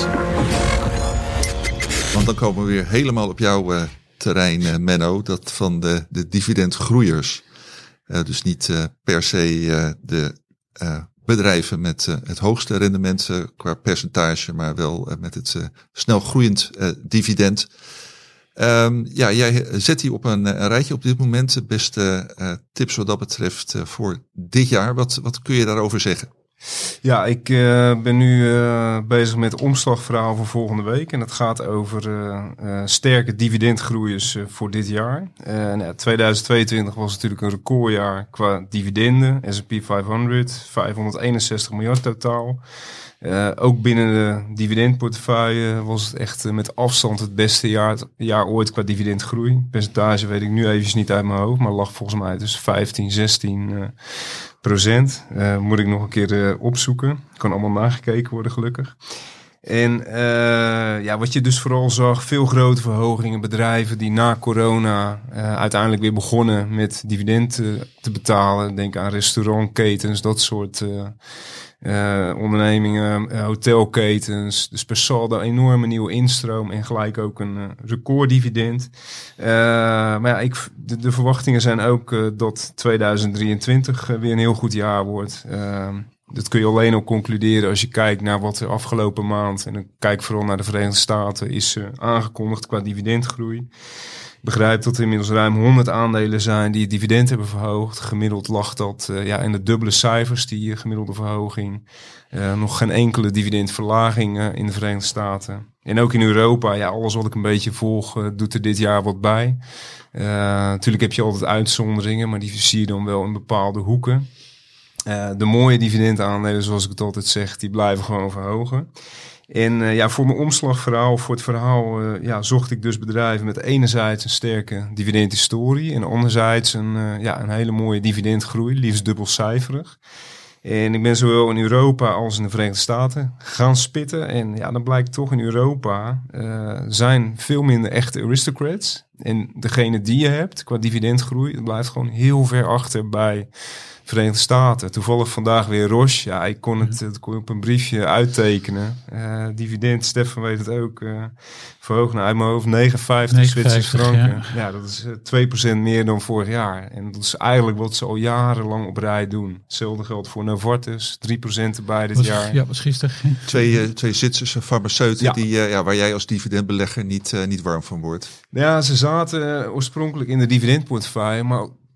Want dan komen we weer helemaal op jouw terrein, Menno. Dat van de dividendgroeiers. Dus niet per se de bedrijven met het hoogste rendement qua percentage, maar wel met het snel groeiend dividend. Jij zet hier op een rijtje op dit moment de beste tips wat dat betreft voor dit jaar. Wat kun je daarover zeggen? Ja, ik ben nu bezig met het omslagverhaal voor volgende week. En dat gaat over sterke dividendgroeiers voor dit jaar. 2022 was natuurlijk een recordjaar qua dividenden. S&P 500, 561 miljard totaal. Ook binnen de dividendportefeuille was het echt met afstand het beste jaar ooit qua dividendgroei. Percentage weet ik nu even niet uit mijn hoofd, maar lag volgens mij dus 15-16%. Moet ik nog een keer opzoeken. Kan allemaal nagekeken worden gelukkig. En wat je dus vooral zag, veel grote verhogingen, bedrijven die na corona uiteindelijk weer begonnen met dividend te betalen. Denk aan restaurantketens, dat soort ondernemingen, hotelketens. Dus per saldo een enorme nieuwe instroom en gelijk ook een recorddividend. De verwachtingen zijn ook dat 2023 weer een heel goed jaar wordt. Dat kun je alleen al concluderen als je kijkt naar wat er afgelopen maand, en dan kijk vooral naar de Verenigde Staten, is aangekondigd qua dividendgroei. Ik begrijp dat er inmiddels ruim 100 aandelen zijn die het dividend hebben verhoogd. Gemiddeld lag dat in de dubbele cijfers, die gemiddelde verhoging. Nog geen enkele dividendverlaging in de Verenigde Staten. En ook in Europa, alles wat ik een beetje volg, doet er dit jaar wat bij. Natuurlijk heb je altijd uitzonderingen, maar die zie je dan wel in bepaalde hoeken. De mooie dividendaandelen, zoals ik het altijd zeg, die blijven gewoon verhogen. En voor mijn omslagverhaal, voor het verhaal, zocht ik dus bedrijven met enerzijds een sterke dividendhistorie en anderzijds een hele mooie dividendgroei, liefst dubbelcijferig. En ik ben zowel in Europa als in de Verenigde Staten gaan spitten. En dan blijkt toch in Europa zijn veel minder echte aristocrats. En degene die je hebt qua dividendgroei, dat blijft gewoon heel ver achter bij Verenigde Staten. Toevallig vandaag weer Roche. Ja, ik kon het op een briefje uittekenen. Dividend, Steffen weet het ook, verhoogd naar uit mijn hoofd 59 Zwitserse franken. Ja, dat is 2% meer dan vorig jaar. En dat is eigenlijk wat ze al jarenlang op rij doen. Hetzelfde geldt voor Novartis, 3% erbij dit jaar. Ja, was gisteren. Twee Zwitserse farmaceuten waar jij als dividendbelegger niet warm van wordt. Ja, ze zaten oorspronkelijk in de dividendportefeuille, maar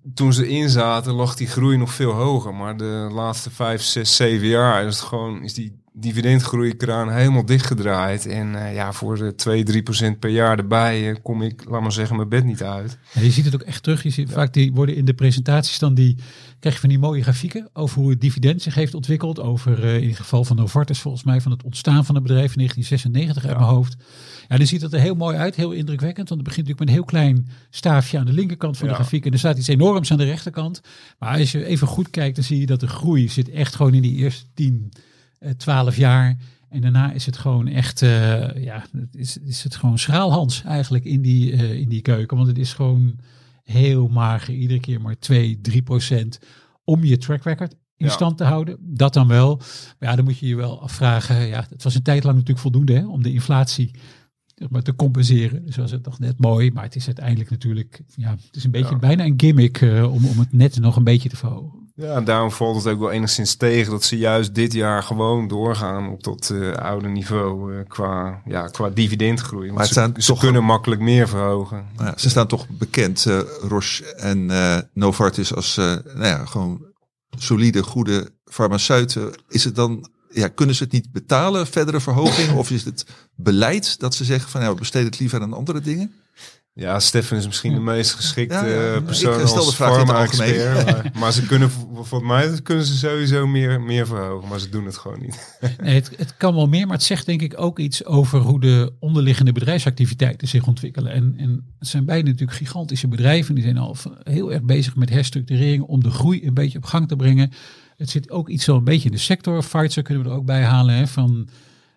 toen ze in zaten, lag die groei nog veel hoger. Maar de laatste 5, 6, 7 jaar is die dividendgroeikraan helemaal dichtgedraaid. En voor de 2-3% per jaar erbij kom ik, laat maar zeggen, mijn bed niet uit. Ja, je ziet het ook echt terug. Je ziet vaak die worden in de presentaties krijg je van die mooie grafieken over hoe het dividend zich heeft ontwikkeld. Over in het geval van Novartis volgens mij van het ontstaan van het bedrijf in 1996 uit mijn hoofd. Ja, dan ziet het er heel mooi uit, heel indrukwekkend. Want het begint natuurlijk met een heel klein staafje aan de linkerkant van de grafiek. En er staat iets enorms aan de rechterkant. Maar als je even goed kijkt, dan zie je dat de groei zit echt gewoon in die eerste 10, 12 jaar. En daarna is het gewoon echt, is het gewoon schraalhans eigenlijk in die keuken. Want het is gewoon heel mager, iedere keer maar 2-3% om je track record in stand te houden. Dat dan wel. Maar ja, dan moet je je wel afvragen. Ja, het was een tijd lang natuurlijk voldoende om de inflatie te compenseren. Dus was het toch net mooi. Maar het is uiteindelijk natuurlijk, het is een beetje bijna een gimmick om het net nog een beetje te verhogen. Ja, en daarom valt het ook wel enigszins tegen dat ze juist dit jaar gewoon doorgaan op dat oude niveau qua dividendgroei. Maar ze kunnen makkelijk meer verhogen. Nou ja, ze staan toch bekend, Roche en Novartis, als gewoon solide, goede farmaceuten. Is het dan, kunnen ze het niet betalen, verdere verhogingen? Of is het beleid dat ze zeggen van we besteden het liever aan andere dingen? Ja, Stefan is misschien de meest geschikte persoon als pharma-expert. Maar ze kunnen, volgens mij kunnen ze sowieso meer verhogen. Maar ze doen het gewoon niet. Nee, het kan wel meer, maar het zegt denk ik ook iets over hoe de onderliggende bedrijfsactiviteiten zich ontwikkelen. En het zijn beide natuurlijk gigantische bedrijven. Die zijn al heel erg bezig met herstructurering om de groei een beetje op gang te brengen. Het zit ook iets zo een beetje in de sector. Pfizer kunnen we er ook bij halen. Van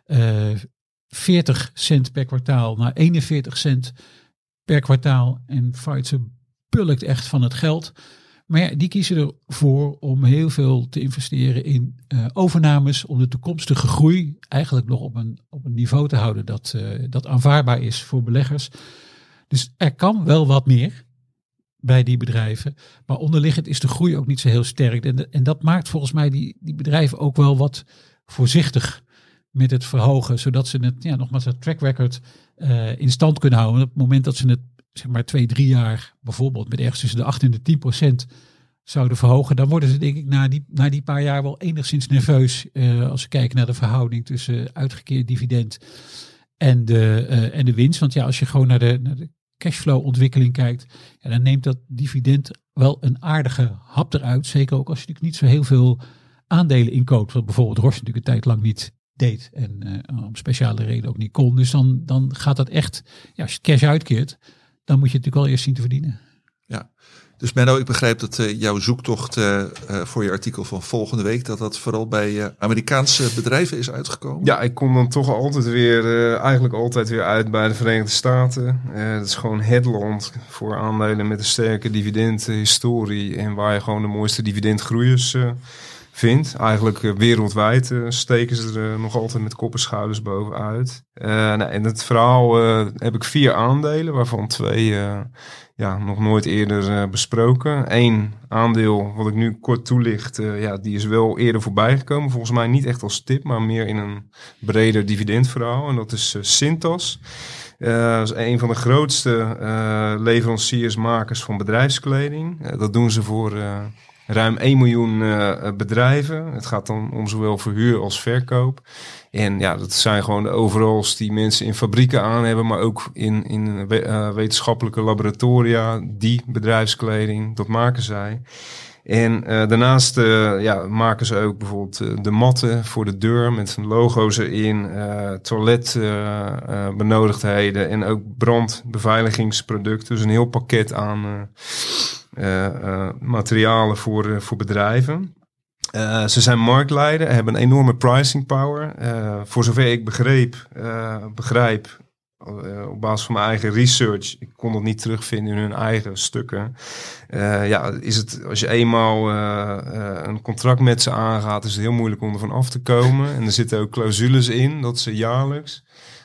40 cent per kwartaal naar 41 cent per kwartaal. En Pfizer pulkt echt van het geld. Maar die kiezen ervoor om heel veel te investeren in overnames. Om de toekomstige groei eigenlijk nog op een niveau te houden dat aanvaardbaar is voor beleggers. Dus er kan wel wat meer bij die bedrijven. Maar onderliggend is de groei ook niet zo heel sterk. En dat maakt volgens mij die bedrijven ook wel wat voorzichtig met het verhogen. Zodat ze het, nogmaals, dat track record in stand kunnen houden. Op het moment dat ze het, zeg maar 2-3 jaar bijvoorbeeld met ergens tussen de 8 en de 10% zouden verhogen, dan worden ze denk ik na die paar jaar wel enigszins nerveus als ze kijken naar de verhouding tussen uitgekeerd dividend en de winst. Want als je gewoon naar de cashflow ontwikkeling kijkt, dan neemt dat dividend wel een aardige hap eruit. Zeker ook als je natuurlijk niet zo heel veel aandelen inkoopt. Wat bijvoorbeeld Roche natuurlijk een tijd lang niet deed en om speciale reden ook niet kon. Dus dan gaat dat echt, als je cash uitkeert, dan moet je het natuurlijk wel eerst zien te verdienen. Ja, dus Menno, ik begrijp dat jouw zoektocht voor je artikel van volgende week, dat vooral bij Amerikaanse bedrijven is uitgekomen. Ja, ik kom dan toch altijd weer uit bij de Verenigde Staten. Dat is gewoon het land voor aandelen met een sterke dividendhistorie en waar je gewoon de mooiste dividendgroeiers vindt. Eigenlijk wereldwijd steken ze er nog altijd met kop en schouders bovenuit. In het verhaal heb ik 4 aandelen, waarvan 2 nog nooit eerder besproken. 1 aandeel, wat ik nu kort toelicht, die is wel eerder voorbij gekomen. Volgens mij niet echt als tip, maar meer in een breder dividendverhaal. En dat is Cintas. Dat is een van de grootste leveranciers-makers van bedrijfskleding. Dat doen ze voor ruim 1 miljoen bedrijven. Het gaat dan om zowel verhuur als verkoop. En dat zijn gewoon de overalls die mensen in fabrieken aan hebben, maar ook in wetenschappelijke laboratoria. Die bedrijfskleding, dat maken zij. En daarnaast maken ze ook bijvoorbeeld de matten voor de deur met logo's erin, toiletbenodigdheden en ook brandbeveiligingsproducten. Dus een heel pakket aan materialen voor bedrijven. Ze zijn marktleider, hebben een enorme pricing power. Voor zover ik begrijp, op basis van mijn eigen research, ik kon dat niet terugvinden in hun eigen stukken. Is het, als je eenmaal een contract met ze aangaat, is het heel moeilijk om ervan af te komen. En er zitten ook clausules in dat ze jaarlijks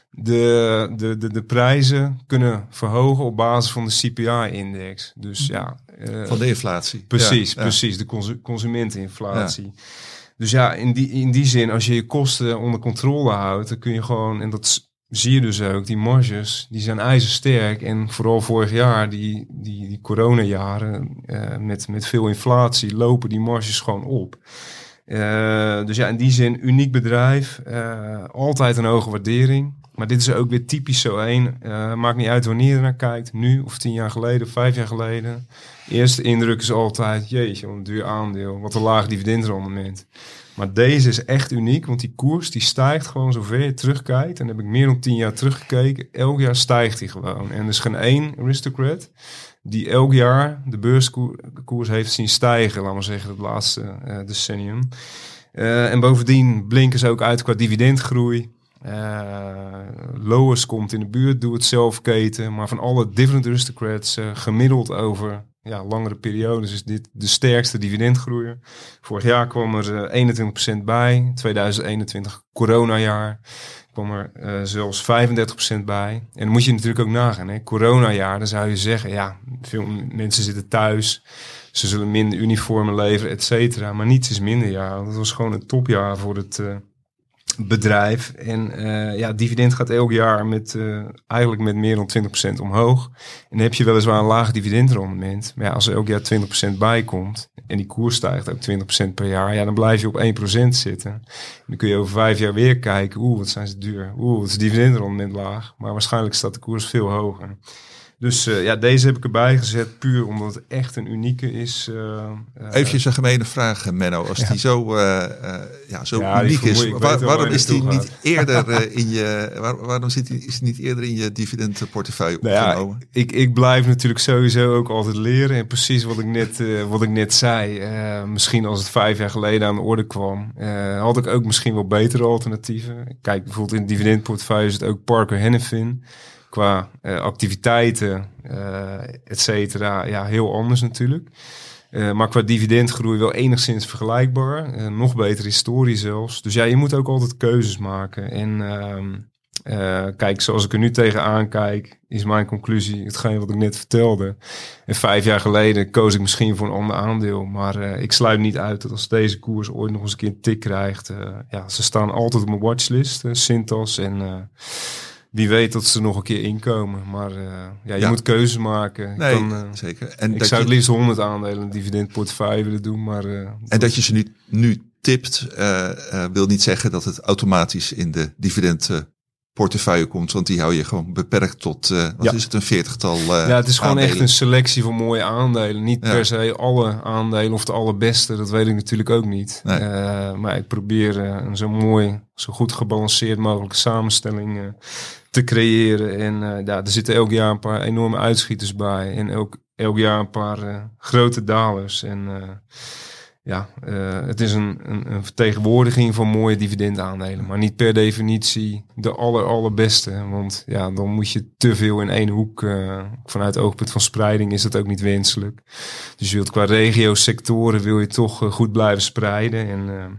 de prijzen kunnen verhogen op basis van de CPI-index. Dus van de inflatie. Precies, de consumenteninflatie. Ja. Dus in die zin, als je je kosten onder controle houdt, dan kun je gewoon, en dat zie je dus ook, die marges, die zijn ijzersterk. En vooral vorig jaar, die coronajaren, met veel inflatie, lopen die marges gewoon op. Dus ja, in die zin, uniek bedrijf. Altijd een hoge waardering. Maar dit is ook weer typisch zo één. Maakt niet uit wanneer je naar kijkt. Nu of 10 jaar geleden, 5 jaar geleden. Eerste indruk is altijd, jeetje, wat een duur aandeel. Wat een laag dividendrendement. Maar deze is echt uniek, want die koers die stijgt gewoon zover je terugkijkt. En dan heb ik meer dan 10 jaar teruggekeken. Elk jaar stijgt die gewoon. En er is geen één aristocrat die elk jaar de beurskoers heeft zien stijgen. Laten we zeggen, het laatste decennium. En bovendien blinken ze ook uit qua dividendgroei. Lois komt in de buurt, doe het zelf keten. Maar van alle different aristocrats gemiddeld over langere periodes is dit de sterkste dividendgroeier. Vorig jaar kwam er 21% bij. 2021 coronajaar kwam er zelfs 35% bij. En dan moet je natuurlijk ook nagaan. Hè? Coronajaar, dan zou je zeggen, veel mensen zitten thuis. Ze zullen minder uniformen leveren, et cetera. Maar niets is minder jaar. Dat was gewoon een topjaar voor het bedrijf. En dividend gaat elk jaar eigenlijk met meer dan 20% omhoog. En dan heb je weliswaar een laag dividendrendement. Maar als er elk jaar 20% bij komt en die koers stijgt ook 20% per jaar, dan blijf je op 1% zitten. En dan kun je over 5 jaar weer kijken, wat zijn ze duur. Wat is het dividendrendement laag. Maar waarschijnlijk staat de koers veel hoger. Dus deze heb ik erbij gezet puur omdat het echt een unieke is. Eventjes een gemene vraag, Menno. Als die zo uniek is, waarom is die niet eerder in je? Waarom is die niet eerder in je dividendportefeuille opgenomen? Ik blijf natuurlijk sowieso ook altijd leren. En precies wat ik net zei. Misschien als het 5 jaar geleden aan de orde kwam, had ik ook misschien wel betere alternatieven. Kijk, bijvoorbeeld in het dividendportefeuille zit ook Parker Hannifin. Qua activiteiten, et cetera, heel anders natuurlijk. Maar qua dividendgroei wel enigszins vergelijkbaar. Nog betere historie zelfs. Dus je moet ook altijd keuzes maken. En kijk, zoals ik er nu tegenaan kijk, is mijn conclusie hetgeen wat ik net vertelde. En 5 jaar geleden koos ik misschien voor een ander aandeel. Maar ik sluit niet uit dat als deze koers ooit nog eens een keer een tik krijgt. Ze staan altijd op mijn watchlist, Cintas en... Wie weet dat ze nog een keer inkomen. Maar je moet keuzes maken. Zeker. En ik zou het liefst 100 aandelen een dividendportefeuille willen doen. Maar, en dat je ze nu tipt, wil niet zeggen dat het automatisch in de dividendportefeuille komt. Want die hou je gewoon beperkt tot, is het, een 40-tal het is gewoon aandelen. echt een selectie van mooie aandelen. Niet per se alle aandelen of de allerbeste. Dat weet ik natuurlijk ook niet. Nee. Maar ik probeer een zo goed gebalanceerd mogelijke samenstelling te creëren. En er zitten elk jaar een paar enorme uitschieters bij. En elk jaar een paar grote dalers. En het is een vertegenwoordiging van mooie dividendaandelen. Maar niet per definitie de allerbeste. Want dan moet je te veel in één hoek. Vanuit het oogpunt van spreiding is dat ook niet wenselijk. Dus je wilt qua regio-sectoren wil je toch goed blijven spreiden. En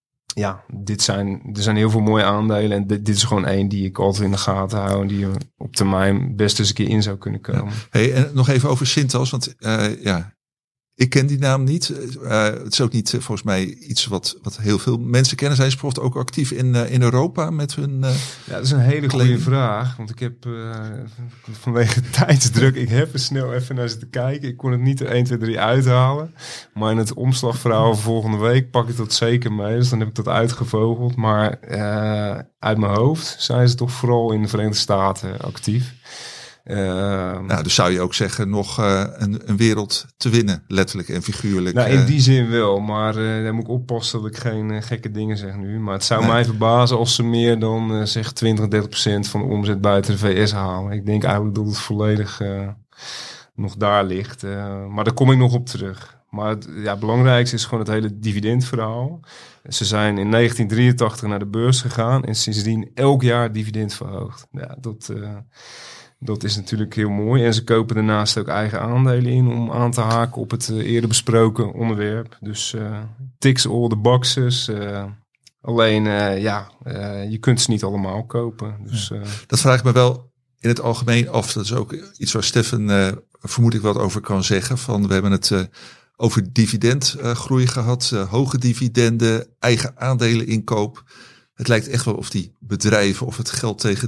er zijn heel veel mooie aandelen. En dit is gewoon één die ik altijd in de gaten hou. En die op termijn best eens een keer in zou kunnen komen. Ja. Hey, en nog even over Cintas. Want ik ken die naam niet. Het is ook niet volgens mij iets wat heel veel mensen kennen. Zijn ze bijvoorbeeld ook actief in Europa met hun dat is een hele goede vraag. Want ik heb vanwege tijdsdruk, ik heb er snel even naar zitten kijken. Ik kon het niet er 1, 2, 3 uithalen. Maar in het omslagverhaal volgende week pak ik dat zeker mee. Dus dan heb ik dat uitgevogeld. Maar uit mijn hoofd zijn ze toch vooral in de Verenigde Staten actief. Dus zou je ook zeggen nog een wereld te winnen, letterlijk en figuurlijk. In die zin wel, maar daar moet ik oppassen dat ik geen gekke dingen zeg nu. Maar het zou mij verbazen als ze meer dan 20-30% van de omzet buiten de VS halen. Ik denk eigenlijk dat het volledig nog daar ligt. Maar daar kom ik nog op terug. Maar het belangrijkste is gewoon het hele dividendverhaal. Ze zijn in 1983 naar de beurs gegaan en sindsdien elk jaar dividend verhoogd. Ja, dat is natuurlijk heel mooi. En ze kopen daarnaast ook eigen aandelen in om aan te haken op het eerder besproken onderwerp. Dus ticks all the boxes. Alleen, je kunt ze niet allemaal kopen. Dus, dat vraag ik me wel in het algemeen af. Dat is ook iets waar Steffen vermoed ik wat over kan zeggen. We hebben het over dividendgroei gehad. Hoge dividenden, eigen aandelen inkoop. Het lijkt echt wel of die bedrijven of het geld tegen de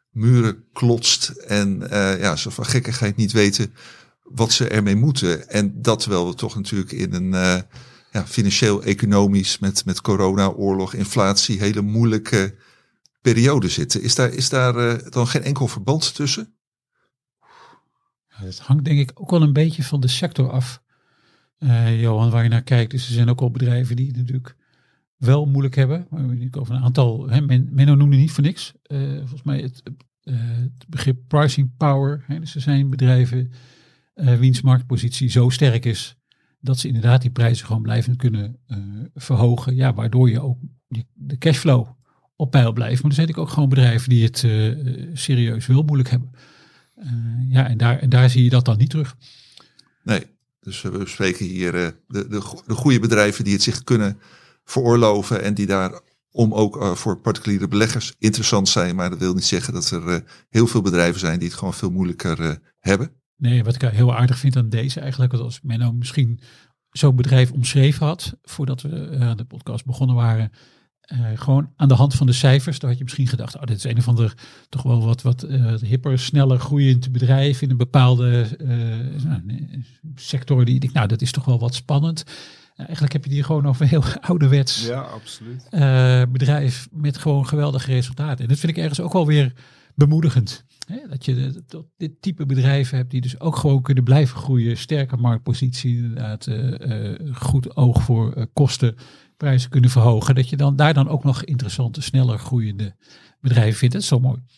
muren klotst en zo van gekkigheid niet weten wat ze ermee moeten. En dat terwijl we toch natuurlijk in een financieel-economisch met corona, oorlog, inflatie, hele moeilijke periode zitten. Is daar dan geen enkel verband tussen? Het hangt denk ik ook wel een beetje van de sector af, Johan, waar je naar kijkt. Dus er zijn ook al bedrijven die het natuurlijk wel moeilijk hebben. Maar we hebben over een aantal, Menno noemde niet voor niks. Volgens mij het begrip pricing power. Dus er zijn bedrijven wiens marktpositie zo sterk is dat ze inderdaad die prijzen gewoon blijvend kunnen verhogen. Ja, waardoor je ook de cashflow op peil blijft. Maar er zijn natuurlijk ook gewoon bedrijven die het serieus wel moeilijk hebben. En daar zie je dat dan niet terug. Nee, dus we spreken hier de goede bedrijven die het zich kunnen veroorloven en die daarom ook voor particuliere beleggers interessant zijn. Maar dat wil niet zeggen dat er heel veel bedrijven zijn die het gewoon veel moeilijker hebben. Nee, wat ik heel aardig vind aan deze eigenlijk, dat als Menno misschien zo'n bedrijf omschreven had, voordat we aan de podcast begonnen waren, gewoon aan de hand van de cijfers, dan had je misschien gedacht, dit is een of ander toch wel wat hipper, sneller groeiend bedrijf in een bepaalde sector die ik denk, dat is toch wel wat spannend. Eigenlijk heb je die gewoon over een heel ouderwets bedrijf met gewoon geweldige resultaten. En dat vind ik ergens ook wel weer bemoedigend. Hè? Dat je dit type bedrijven hebt die dus ook gewoon kunnen blijven groeien. Sterke marktpositie, inderdaad, goed oog voor kosten, prijzen kunnen verhogen. Dat je daar dan ook nog interessante, sneller groeiende bedrijven vindt. Dat is zo mooi.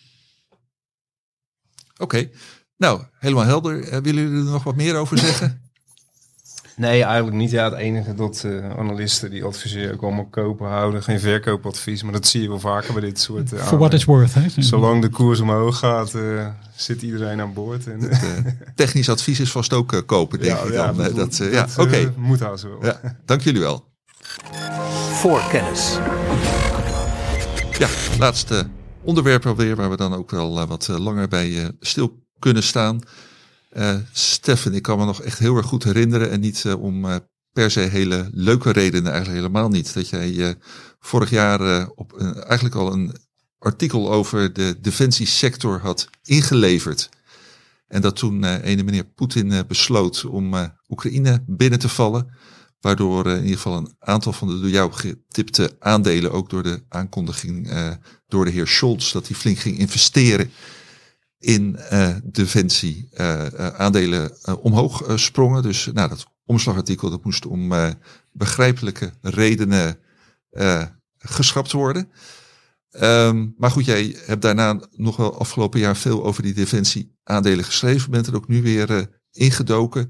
Oké. Nou, helemaal helder. Willen jullie er nog wat meer over zeggen? Nee, eigenlijk niet. Ja, het enige dat analisten die adviseren ook allemaal kopen houden. Geen verkoopadvies, maar dat zie je wel vaker bij dit soort For what it's worth. Hè? Zolang de koers omhoog gaat, zit iedereen aan boord. En technisch advies is vast ook kopen, denk ik dan. Dat moet haast wel. Ja, dank jullie wel. Voorkennis. Ja, laatste onderwerp alweer, waar we dan ook wel wat langer bij stil kunnen staan. Steffen, ik kan me nog echt heel erg goed herinneren en niet om per se hele leuke redenen, eigenlijk helemaal niet. Dat jij vorig jaar op eigenlijk al een artikel over de defensiesector had ingeleverd. En dat toen ene meneer Poetin besloot om Oekraïne binnen te vallen. Waardoor in ieder geval een aantal van de door jou getipte aandelen ook door de aankondiging door de heer Scholz dat hij flink ging investeren in defensie aandelen omhoog sprongen. Dus dat omslagartikel dat moest om begrijpelijke redenen geschrapt worden. Maar goed, jij hebt daarna nog wel afgelopen jaar veel over die defensie aandelen geschreven. Bent er ook nu weer ingedoken.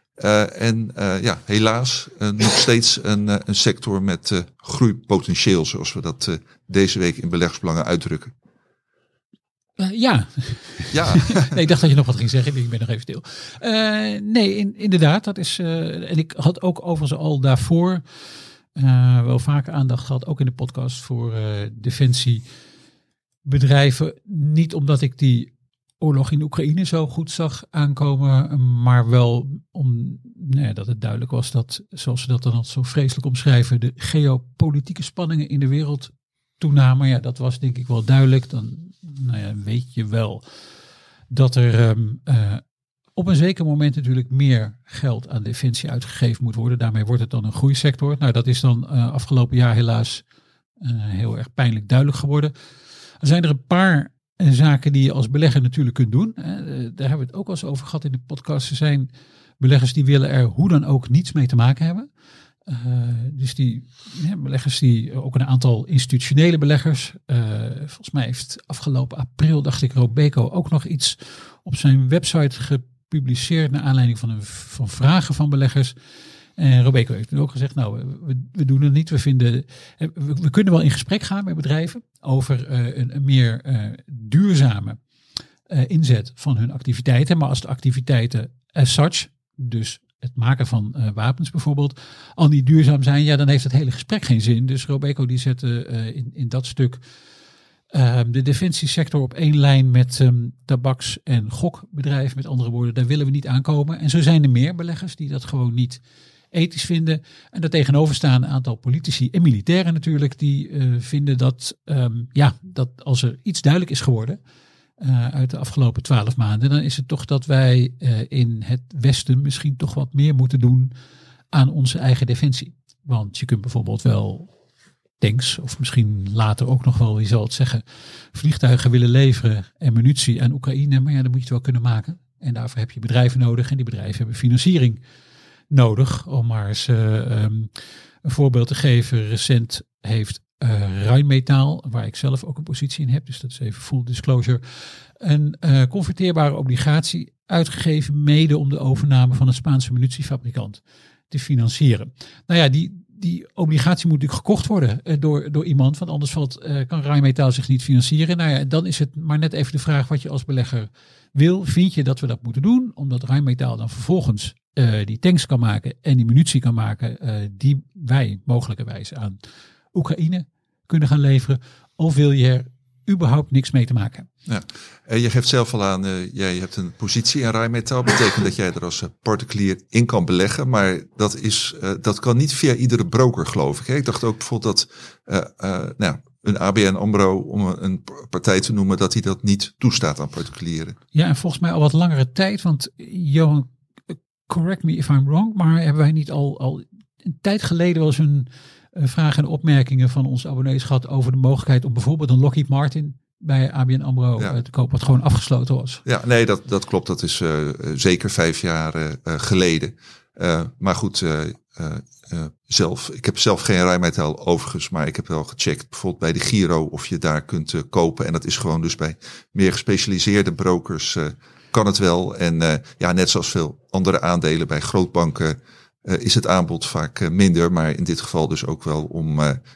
Helaas nog steeds een sector met groeipotentieel, zoals we dat deze week in beleggersbelangen uitdrukken. Ja. Nee, ik dacht dat je nog wat ging zeggen. Ik ben nog even stil. Nee, inderdaad. Dat is. En ik had ook overigens al daarvoor wel vaker aandacht gehad, ook in de podcast, voor defensiebedrijven. Niet omdat ik die oorlog in Oekraïne zo goed zag aankomen, maar wel dat het duidelijk was dat, zoals ze dat dan al zo vreselijk omschrijven, de geopolitieke spanningen in de wereld toenamen. Ja, dat was denk ik wel duidelijk. Dan weet je wel dat er op een zeker moment natuurlijk meer geld aan defensie uitgegeven moet worden. Daarmee wordt het dan een groeisector. Nou, dat is dan afgelopen jaar helaas heel erg pijnlijk duidelijk geworden. Er zijn er een paar zaken die je als belegger natuurlijk kunt doen. Daar hebben we het ook al eens over gehad in de podcast. Er zijn beleggers die willen er hoe dan ook niets mee te maken hebben. Dus die beleggers, die ook een aantal institutionele beleggers. Volgens mij heeft afgelopen april, dacht ik, Robeco ook nog iets op zijn website gepubliceerd naar aanleiding van vragen van beleggers. En Robeco heeft nu ook gezegd, we doen het niet. We kunnen wel in gesprek gaan met bedrijven over een meer duurzame inzet van hun activiteiten. Maar als de activiteiten as such, dus het maken van wapens bijvoorbeeld, al niet duurzaam zijn, dan heeft het hele gesprek geen zin. Dus Robeco die zette in dat stuk de defensiesector op één lijn met tabaks- en gokbedrijven. Met andere woorden, daar willen we niet aankomen. En zo zijn er meer beleggers die dat gewoon niet ethisch vinden. En daartegenover staan een aantal politici en militairen natuurlijk, die vinden dat als er iets duidelijk is geworden, uit de afgelopen 12 maanden, dan is het toch dat wij in het Westen misschien toch wat meer moeten doen aan onze eigen defensie. Want je kunt bijvoorbeeld wel tanks, of misschien later ook nog wel, wie zal het zeggen, vliegtuigen willen leveren en munitie aan Oekraïne. Maar ja, dan moet je het wel kunnen maken. En daarvoor heb je bedrijven nodig en die bedrijven hebben financiering nodig. Om maar eens een voorbeeld te geven. Recent heeft Rheinmetall, waar ik zelf ook een positie in heb, dus dat is even full disclosure, een converteerbare obligatie uitgegeven, mede om de overname van een Spaanse munitiefabrikant te financieren. Nou ja, die obligatie moet natuurlijk gekocht worden door iemand, want anders kan Rheinmetall zich niet financieren. Nou ja, dan is het maar net even de vraag wat je als belegger wil. Vind je dat we dat moeten doen, omdat Rheinmetall dan vervolgens die tanks kan maken en die munitie kan maken die wij mogelijkerwijs aan Oekraïne kunnen gaan leveren, of wil je er überhaupt niks mee te maken hebben? Ja. Je geeft zelf al aan, jij hebt een positie in Rheinmetall. Betekent dat jij er als particulier in kan beleggen. Maar dat kan niet via iedere broker, geloof ik. Hè? Ik dacht ook bijvoorbeeld dat een ABN AMRO, om een partij te noemen, dat hij dat niet toestaat aan particulieren. Ja, en volgens mij al wat langere tijd. Want Johan, correct me if I'm wrong, maar hebben wij niet al een tijd geleden wel eens een vragen en opmerkingen van onze abonnees gehad over de mogelijkheid om bijvoorbeeld een Lockheed Martin bij ABN AMRO te kopen, wat gewoon afgesloten was. Ja, nee, dat klopt. Dat is zeker 5 jaar geleden. Maar goed, ik heb zelf geen Rheinmetall overigens, maar ik heb wel gecheckt bijvoorbeeld bij de Giro of je daar kunt kopen. En dat is gewoon dus bij meer gespecialiseerde brokers kan het wel. En net zoals veel andere aandelen bij grootbanken is het aanbod vaak minder, maar in dit geval dus ook wel om,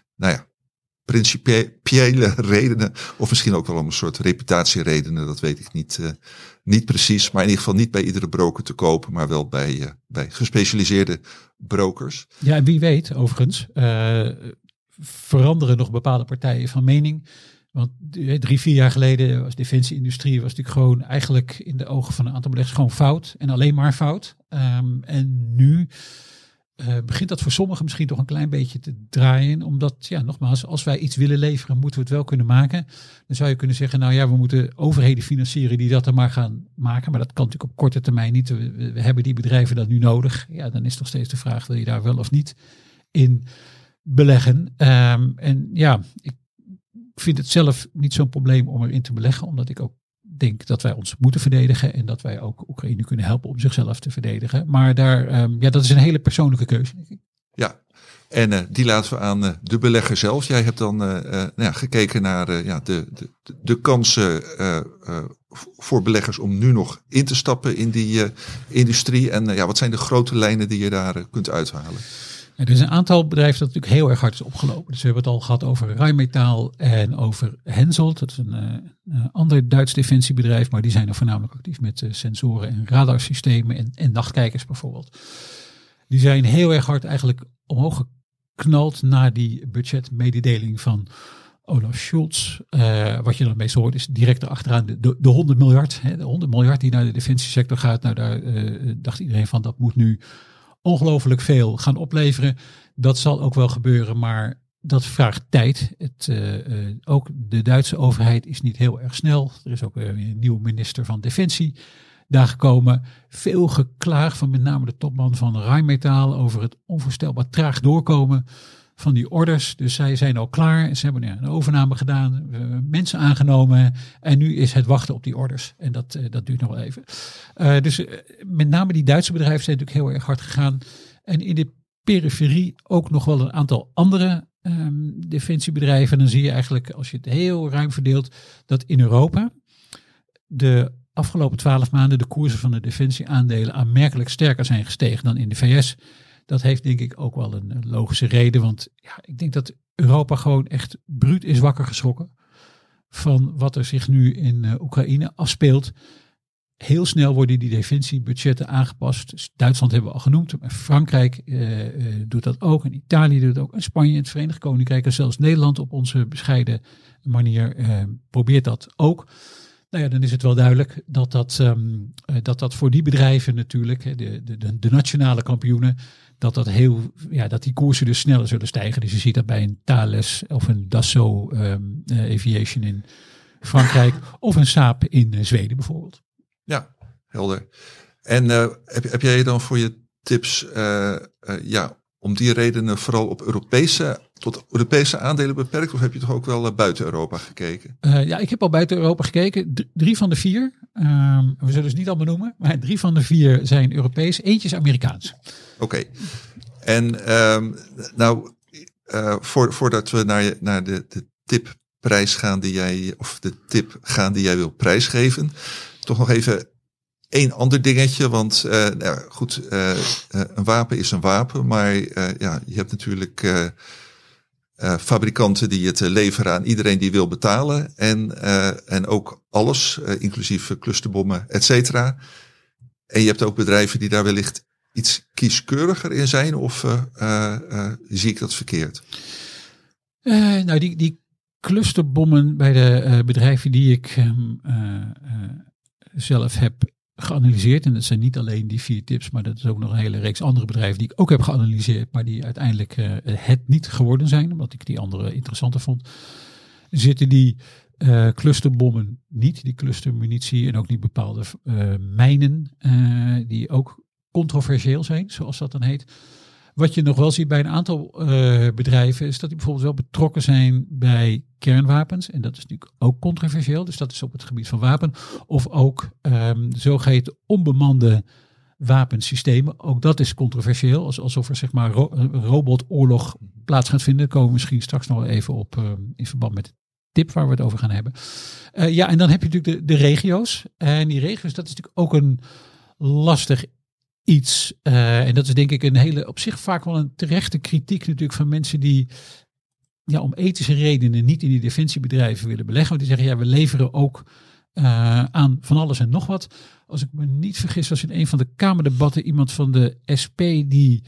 principiële redenen, of misschien ook wel om een soort reputatieredenen, dat weet ik niet precies, maar in ieder geval niet bij iedere broker te kopen, maar wel bij gespecialiseerde brokers. Ja, en wie weet, overigens, veranderen nog bepaalde partijen van mening. Want 3-4 jaar geleden was defensie-industrie natuurlijk gewoon eigenlijk in de ogen van een aantal beleggers gewoon fout. En alleen maar fout. En nu begint dat voor sommigen misschien toch een klein beetje te draaien. Omdat, nogmaals, als wij iets willen leveren, moeten we het wel kunnen maken. Dan zou je kunnen zeggen, we moeten overheden financieren die dat dan maar gaan maken. Maar dat kan natuurlijk op korte termijn niet. We hebben die bedrijven dat nu nodig. Ja, dan is toch steeds de vraag, wil je daar wel of niet in beleggen? Ik vind het zelf niet zo'n probleem om erin te beleggen, omdat ik ook denk dat wij ons moeten verdedigen en dat wij ook Oekraïne kunnen helpen om zichzelf te verdedigen. Maar dat is een hele persoonlijke keuze, denk ik. Ja, en die laten we aan de belegger zelf. Jij hebt dan gekeken naar de kansen voor beleggers om nu nog in te stappen in die industrie. En wat zijn de grote lijnen die je daar kunt uithalen? Er is een aantal bedrijven dat natuurlijk heel erg hard is opgelopen. Dus we hebben het al gehad over Rheinmetall en over Hensoldt. Dat is een ander Duits defensiebedrijf, maar die zijn er voornamelijk actief met sensoren en radarsystemen en nachtkijkers bijvoorbeeld. Die zijn heel erg hard eigenlijk omhoog geknald na die budgetmededeling van Olaf Scholz. Wat je dan meestal hoort is direct erachteraan de 100 miljard. De 100 miljard die naar de defensiesector gaat. Nou, daar dacht iedereen van, dat moet nu ongelooflijk veel gaan opleveren. Dat zal ook wel gebeuren, maar dat vraagt tijd. Ook de Duitse overheid is niet heel erg snel. Er is ook weer een nieuwe minister van Defensie daar gekomen. Veel geklaag van met name de topman van Rheinmetall over het onvoorstelbaar traag doorkomen van die orders. Dus zij zijn al klaar. Ze hebben een overname gedaan, mensen aangenomen en nu is het wachten op die orders. En dat duurt nog wel even. Dus met name die Duitse bedrijven zijn natuurlijk heel erg hard gegaan. En in de periferie ook nog wel een aantal andere defensiebedrijven. Dan zie je eigenlijk, als je het heel ruim verdeelt, dat in Europa de afgelopen 12 maanden de koersen van de defensieaandelen aanmerkelijk sterker zijn gestegen dan in de VS. Dat heeft denk ik ook wel een logische reden. Want ik denk dat Europa gewoon echt bruut is wakker geschrokken van wat er zich nu in Oekraïne afspeelt. Heel snel worden die defensiebudgetten aangepast. Dus Duitsland hebben we al genoemd. Maar Frankrijk doet dat ook. En Italië doet het ook. En Spanje en het Verenigd Koninkrijk. En zelfs Nederland op onze bescheiden manier probeert dat ook. Nou ja, dan is het wel duidelijk dat voor die bedrijven natuurlijk, de nationale kampioenen, dat die koersen dus sneller zullen stijgen. Dus je ziet dat bij een Thales of een Dassault Aviation in Frankrijk of een Saab in Zweden bijvoorbeeld. Ja, helder. En heb jij dan voor je tips om die redenen vooral op tot Europese aandelen beperkt? Of heb je toch ook wel buiten Europa gekeken? Ik heb al buiten Europa gekeken. 3 van de 4. We zullen ze niet allemaal noemen. Maar 3 van de 4 zijn Europees. Eentje is Amerikaans. Oké. En voordat we naar de tipprijs gaan die jij wil prijsgeven. Toch nog even één ander dingetje, want een wapen is een wapen, maar je hebt natuurlijk fabrikanten die het leveren aan iedereen die wil betalen en ook alles, inclusief clusterbommen, et cetera. En je hebt ook bedrijven die daar wellicht iets kieskeuriger in zijn, of zie ik dat verkeerd? Die clusterbommen bij de bedrijven die ik zelf heb geanalyseerd. En dat zijn niet alleen die 4 tips, maar dat is ook nog een hele reeks andere bedrijven die ik ook heb geanalyseerd, maar die uiteindelijk het niet geworden zijn, omdat ik die andere interessanter vond. Zitten die clusterbommen niet, die clustermunitie en ook niet bepaalde mijnen die ook controversieel zijn, zoals dat dan heet. Wat je nog wel ziet bij een aantal bedrijven is dat die bijvoorbeeld wel betrokken zijn bij kernwapens. En dat is natuurlijk ook controversieel. Dus dat is op het gebied van wapen. Of ook zogeheten onbemande wapensystemen. Ook dat is controversieel. Alsof er zeg maar een robotoorlog plaats gaat vinden. Daar komen we misschien straks nog even op in verband met de tip waar we het over gaan hebben. En dan heb je natuurlijk de regio's. En die regio's, dat is natuurlijk ook een lastig iets. En dat is denk ik een hele, op zich vaak wel een terechte kritiek natuurlijk van mensen die om ethische redenen niet in die defensiebedrijven willen beleggen. Want die zeggen, we leveren ook aan van alles en nog wat. Als ik me niet vergis, was in een van de Kamerdebatten iemand van de SP die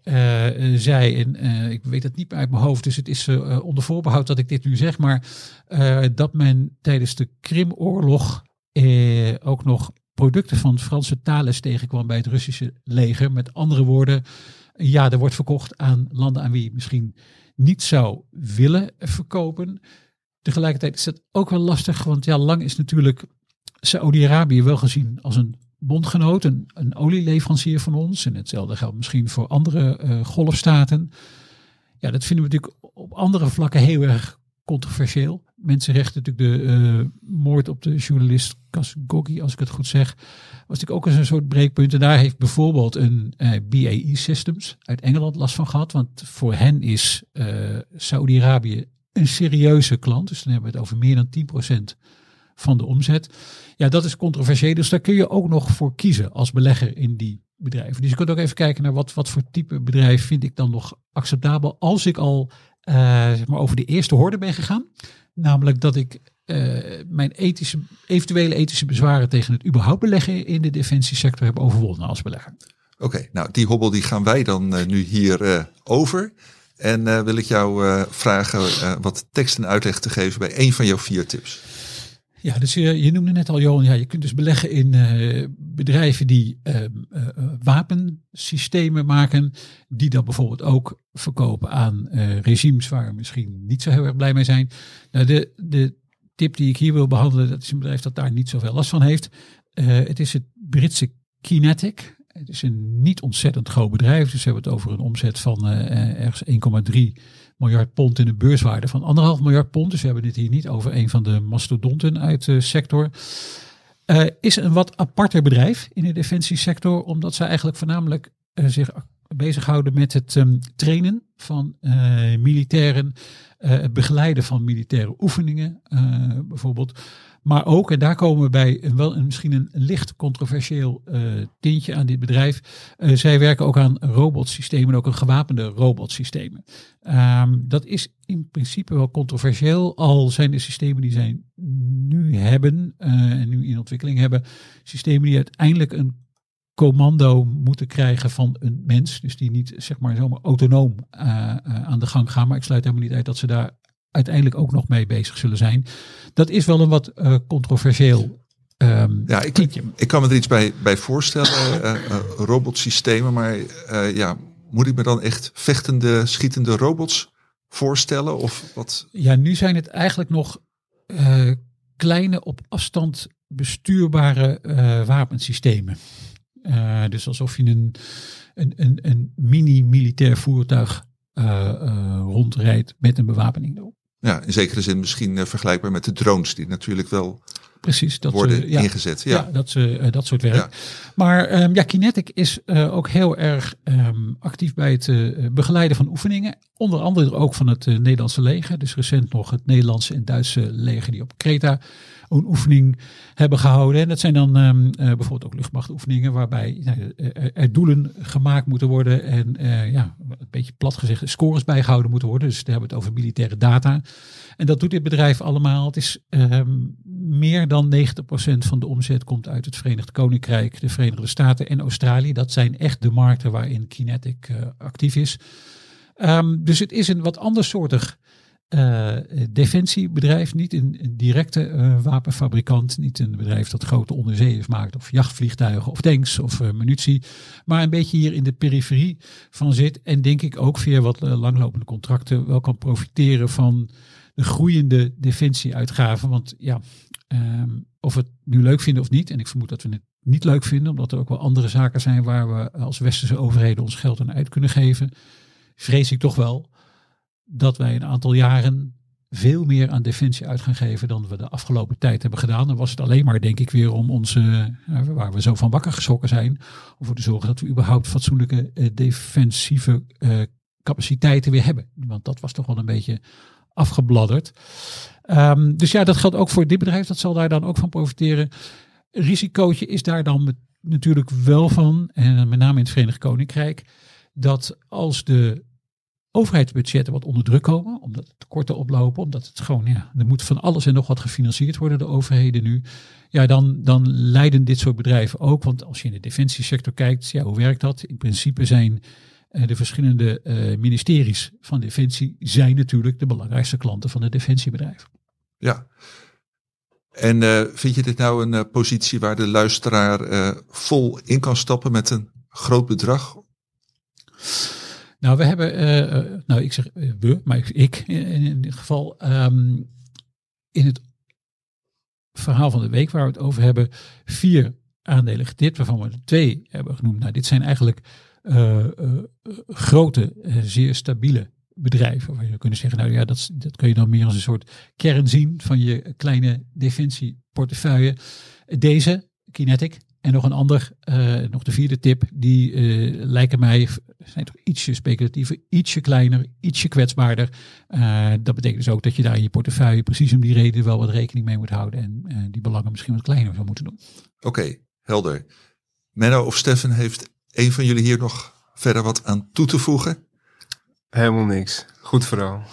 zei, en ik weet het niet meer uit mijn hoofd, dus het is onder voorbehoud dat ik dit nu zeg, maar dat men tijdens de Krimoorlog ook nog producten van Franse Thales tegenkwam bij het Russische leger. Met andere woorden, er wordt verkocht aan landen aan wie je misschien niet zou willen verkopen. Tegelijkertijd is dat ook wel lastig, want lang is natuurlijk Saoedi-Arabië wel gezien als een bondgenoot, een olieleverancier van ons. En hetzelfde geldt misschien voor andere golfstaten. Ja, dat vinden we natuurlijk op andere vlakken heel erg controversieel. Mensenrechten, natuurlijk de moord op de journalist Khashoggi, als ik het goed zeg, was natuurlijk ook eens een soort breekpunt. En daar heeft bijvoorbeeld een BAE Systems uit Engeland last van gehad. Want voor hen is Saudi-Arabië een serieuze klant. Dus dan hebben we het over meer dan 10% van de omzet. Ja, dat is controversieel. Dus daar kun je ook nog voor kiezen als belegger in die bedrijven. Dus je kunt ook even kijken naar wat voor type bedrijf vind ik dan nog acceptabel. Als ik al over de eerste horde ben gegaan. Namelijk dat ik mijn eventuele ethische bezwaren tegen het überhaupt beleggen in de defensiesector heb overwonnen als belegger. Oké, die hobbel die gaan wij dan nu hier over. En wil ik jou vragen wat tekst en uitleg te geven bij één van jouw 4 tips. Ja, dus je noemde net al, Johan, je kunt dus beleggen in bedrijven die wapensystemen maken, die dan bijvoorbeeld ook verkopen aan regimes waar we misschien niet zo heel erg blij mee zijn. Nou, de tip die ik hier wil behandelen, dat is een bedrijf dat daar niet zoveel last van heeft. Het is het Britse Kinetic. Het is een niet ontzettend groot bedrijf, dus we hebben het over een omzet van ergens 1,3 miljard pond in een beurswaarde van 1,5 miljard pond. Dus we hebben dit hier niet over een van de mastodonten uit de sector. Is een wat aparter bedrijf in de defensiesector, omdat ze eigenlijk voornamelijk zich bezighouden met het trainen van militairen, het begeleiden van militaire oefeningen bijvoorbeeld. Maar ook, en daar komen we bij misschien een licht controversieel tintje aan dit bedrijf. Zij werken ook aan robotsystemen, ook een gewapende robotsystemen. Dat is in principe wel controversieel, al zijn de systemen die zij nu hebben en nu in ontwikkeling hebben, systemen die uiteindelijk een commando moeten krijgen van een mens. Dus die niet zomaar autonoom aan de gang gaan. Maar ik sluit helemaal niet uit dat ze daar uiteindelijk ook nog mee bezig zullen zijn. Dat is wel een wat controversieel ik kan me er iets bij voorstellen. Robotsystemen, maar moet ik me dan echt vechtende, schietende robots voorstellen? Of wat? Ja, nu zijn het eigenlijk nog kleine op afstand bestuurbare wapensystemen. Dus alsof je een mini-militair voertuig rondrijdt met een bewapening erop. Ja, in zekere zin misschien vergelijkbaar met de drones die natuurlijk wel precies, dat worden ingezet. Ja, dat soort werk. Ja. Maar Kinetic is ook heel erg actief bij het begeleiden van oefeningen. Onder andere ook van het Nederlandse leger. Dus recent nog het Nederlandse en Duitse leger die op Kreta een oefening hebben gehouden. En dat zijn dan bijvoorbeeld ook luchtmachtoefeningen waarbij er doelen gemaakt moeten worden. En een beetje plat gezegd scores bijgehouden moeten worden. Dus daar hebben we het over militaire data. En dat doet dit bedrijf allemaal. Het is meer dan 90% van de omzet komt uit het Verenigd Koninkrijk, de Verenigde Staten en Australië. Dat zijn echt de markten waarin Kinetic actief is. Dus het is een wat andersoortig defensiebedrijf. Niet een directe wapenfabrikant. Niet een bedrijf dat grote onderzeeërs maakt of jachtvliegtuigen of tanks of munitie. Maar een beetje hier in de periferie van zit. En denk ik ook via wat langlopende contracten wel kan profiteren van de groeiende defensieuitgaven. Want of we het nu leuk vinden of niet. En ik vermoed dat we het niet leuk vinden. Omdat er ook wel andere zaken zijn waar we als westerse overheden ons geld aan uit kunnen geven. Vrees ik toch wel dat wij een aantal jaren veel meer aan defensie uit gaan geven dan we de afgelopen tijd hebben gedaan. Dan was het alleen maar, denk ik, weer om onze, waar we zo van wakker geschrokken zijn, om voor te zorgen dat we überhaupt fatsoenlijke defensieve capaciteiten weer hebben. Want dat was toch wel een beetje afgebladderd. Dus dat geldt ook voor dit bedrijf. Dat zal daar dan ook van profiteren. Risicootje is daar dan natuurlijk wel van, en met name in het Verenigd Koninkrijk, dat als de overheidsbudgetten wat onder druk komen, omdat de tekorten oplopen, omdat het gewoon, er moet van alles en nog wat gefinancierd worden, de overheden nu. Ja, dan lijden dit soort bedrijven ook. Want als je in de defensiesector kijkt, hoe werkt dat? In principe zijn de verschillende ministeries van Defensie zijn natuurlijk de belangrijkste klanten van de defensiebedrijven. Ja. En vind je dit nou een positie waar de luisteraar vol in kan stappen met een groot bedrag? Nou, we hebben, ik zeg we, maar ik in dit geval, in het verhaal van de week waar we het over hebben, 4 aandelen getipt, waarvan we er 2 hebben genoemd. Nou, dit zijn eigenlijk grote, zeer stabiele bedrijven. Waar je kunnen zeggen, dat kun je dan meer als een soort kern zien van je kleine defensieportefeuille. Deze, Kinetic, en nog een ander, nog de 4e tip, die lijken mij, zijn toch ietsje speculatiever, ietsje kleiner, ietsje kwetsbaarder. Dat betekent dus ook dat je daar in je portefeuille precies om die reden wel wat rekening mee moet houden en die belangen misschien wat kleiner zou moeten doen. Oké, helder. Menno of Steffen, heeft een van jullie hier nog verder wat aan toe te voegen? Helemaal niks. Goed verhaal.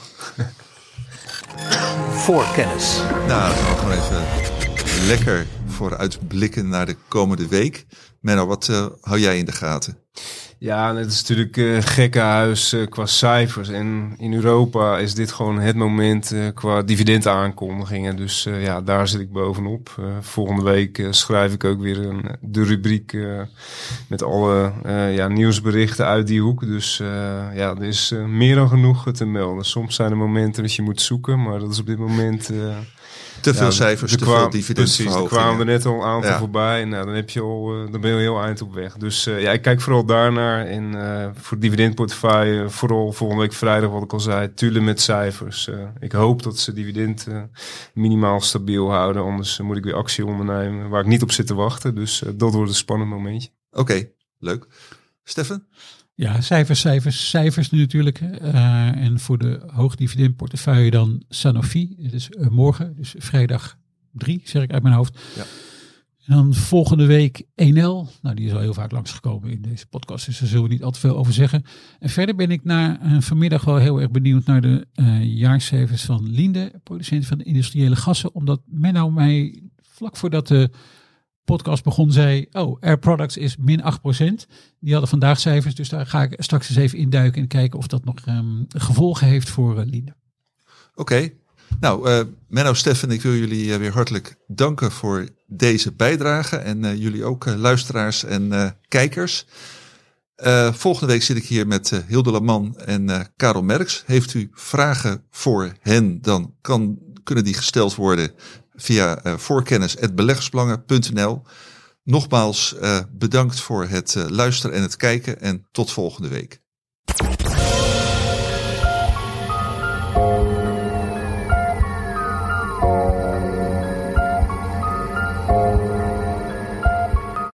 Voorkennis. Nou, dan gaan we gewoon even lekker vooruitblikken naar de komende week. Menno, wat hou jij in de gaten? Ja, het is natuurlijk gekkenhuis qua cijfers. En in Europa is dit gewoon het moment qua dividendaankondigingen. Dus daar zit ik bovenop. Volgende week schrijf ik ook weer de rubriek met alle nieuwsberichten uit die hoek. Dus er is meer dan genoeg te melden. Soms zijn er momenten dat je moet zoeken, maar dat is op dit moment te veel cijfers, te veel dividendverhogingen. Precies, er kwamen er net al een aantal voorbij. Nou, dan ben je heel eind op weg. Dus ik kijk vooral daarnaar. En voor dividendportefeuille, vooral volgende week vrijdag, wat ik al zei, tulen met cijfers. Ik hoop dat ze dividend minimaal stabiel houden. Anders moet ik weer actie ondernemen waar ik niet op zit te wachten. Dus dat wordt een spannend momentje. Oké, leuk. Steffen? Ja, cijfers natuurlijk. En voor de hoogdividendportefeuille dan Sanofi. Het is morgen, dus vrijdag 3, zeg ik uit mijn hoofd. Ja. En dan volgende week Enel. Nou, die is al heel vaak langsgekomen in deze podcast, dus daar zullen we niet al te veel over zeggen. En verder ben ik vanmiddag wel heel erg benieuwd naar de jaarcijfers van Linde, producent van de industriële gassen. Omdat Menno mij vlak voordat de podcast begon zei, Air Products is -8%. Die hadden vandaag cijfers, dus daar ga ik straks eens even induiken en kijken of dat nog gevolgen heeft voor Linde. Oké. Nou, Menno, Steffen, ik wil jullie weer hartelijk danken voor deze bijdrage. En jullie ook, luisteraars en kijkers. Volgende week zit ik hier met Hilde Laman en Karel Merks. Heeft u vragen voor hen, dan kunnen die gesteld worden via voorkennis@beleggersbelangen.nl. Nogmaals bedankt voor het luisteren en het kijken en tot volgende week.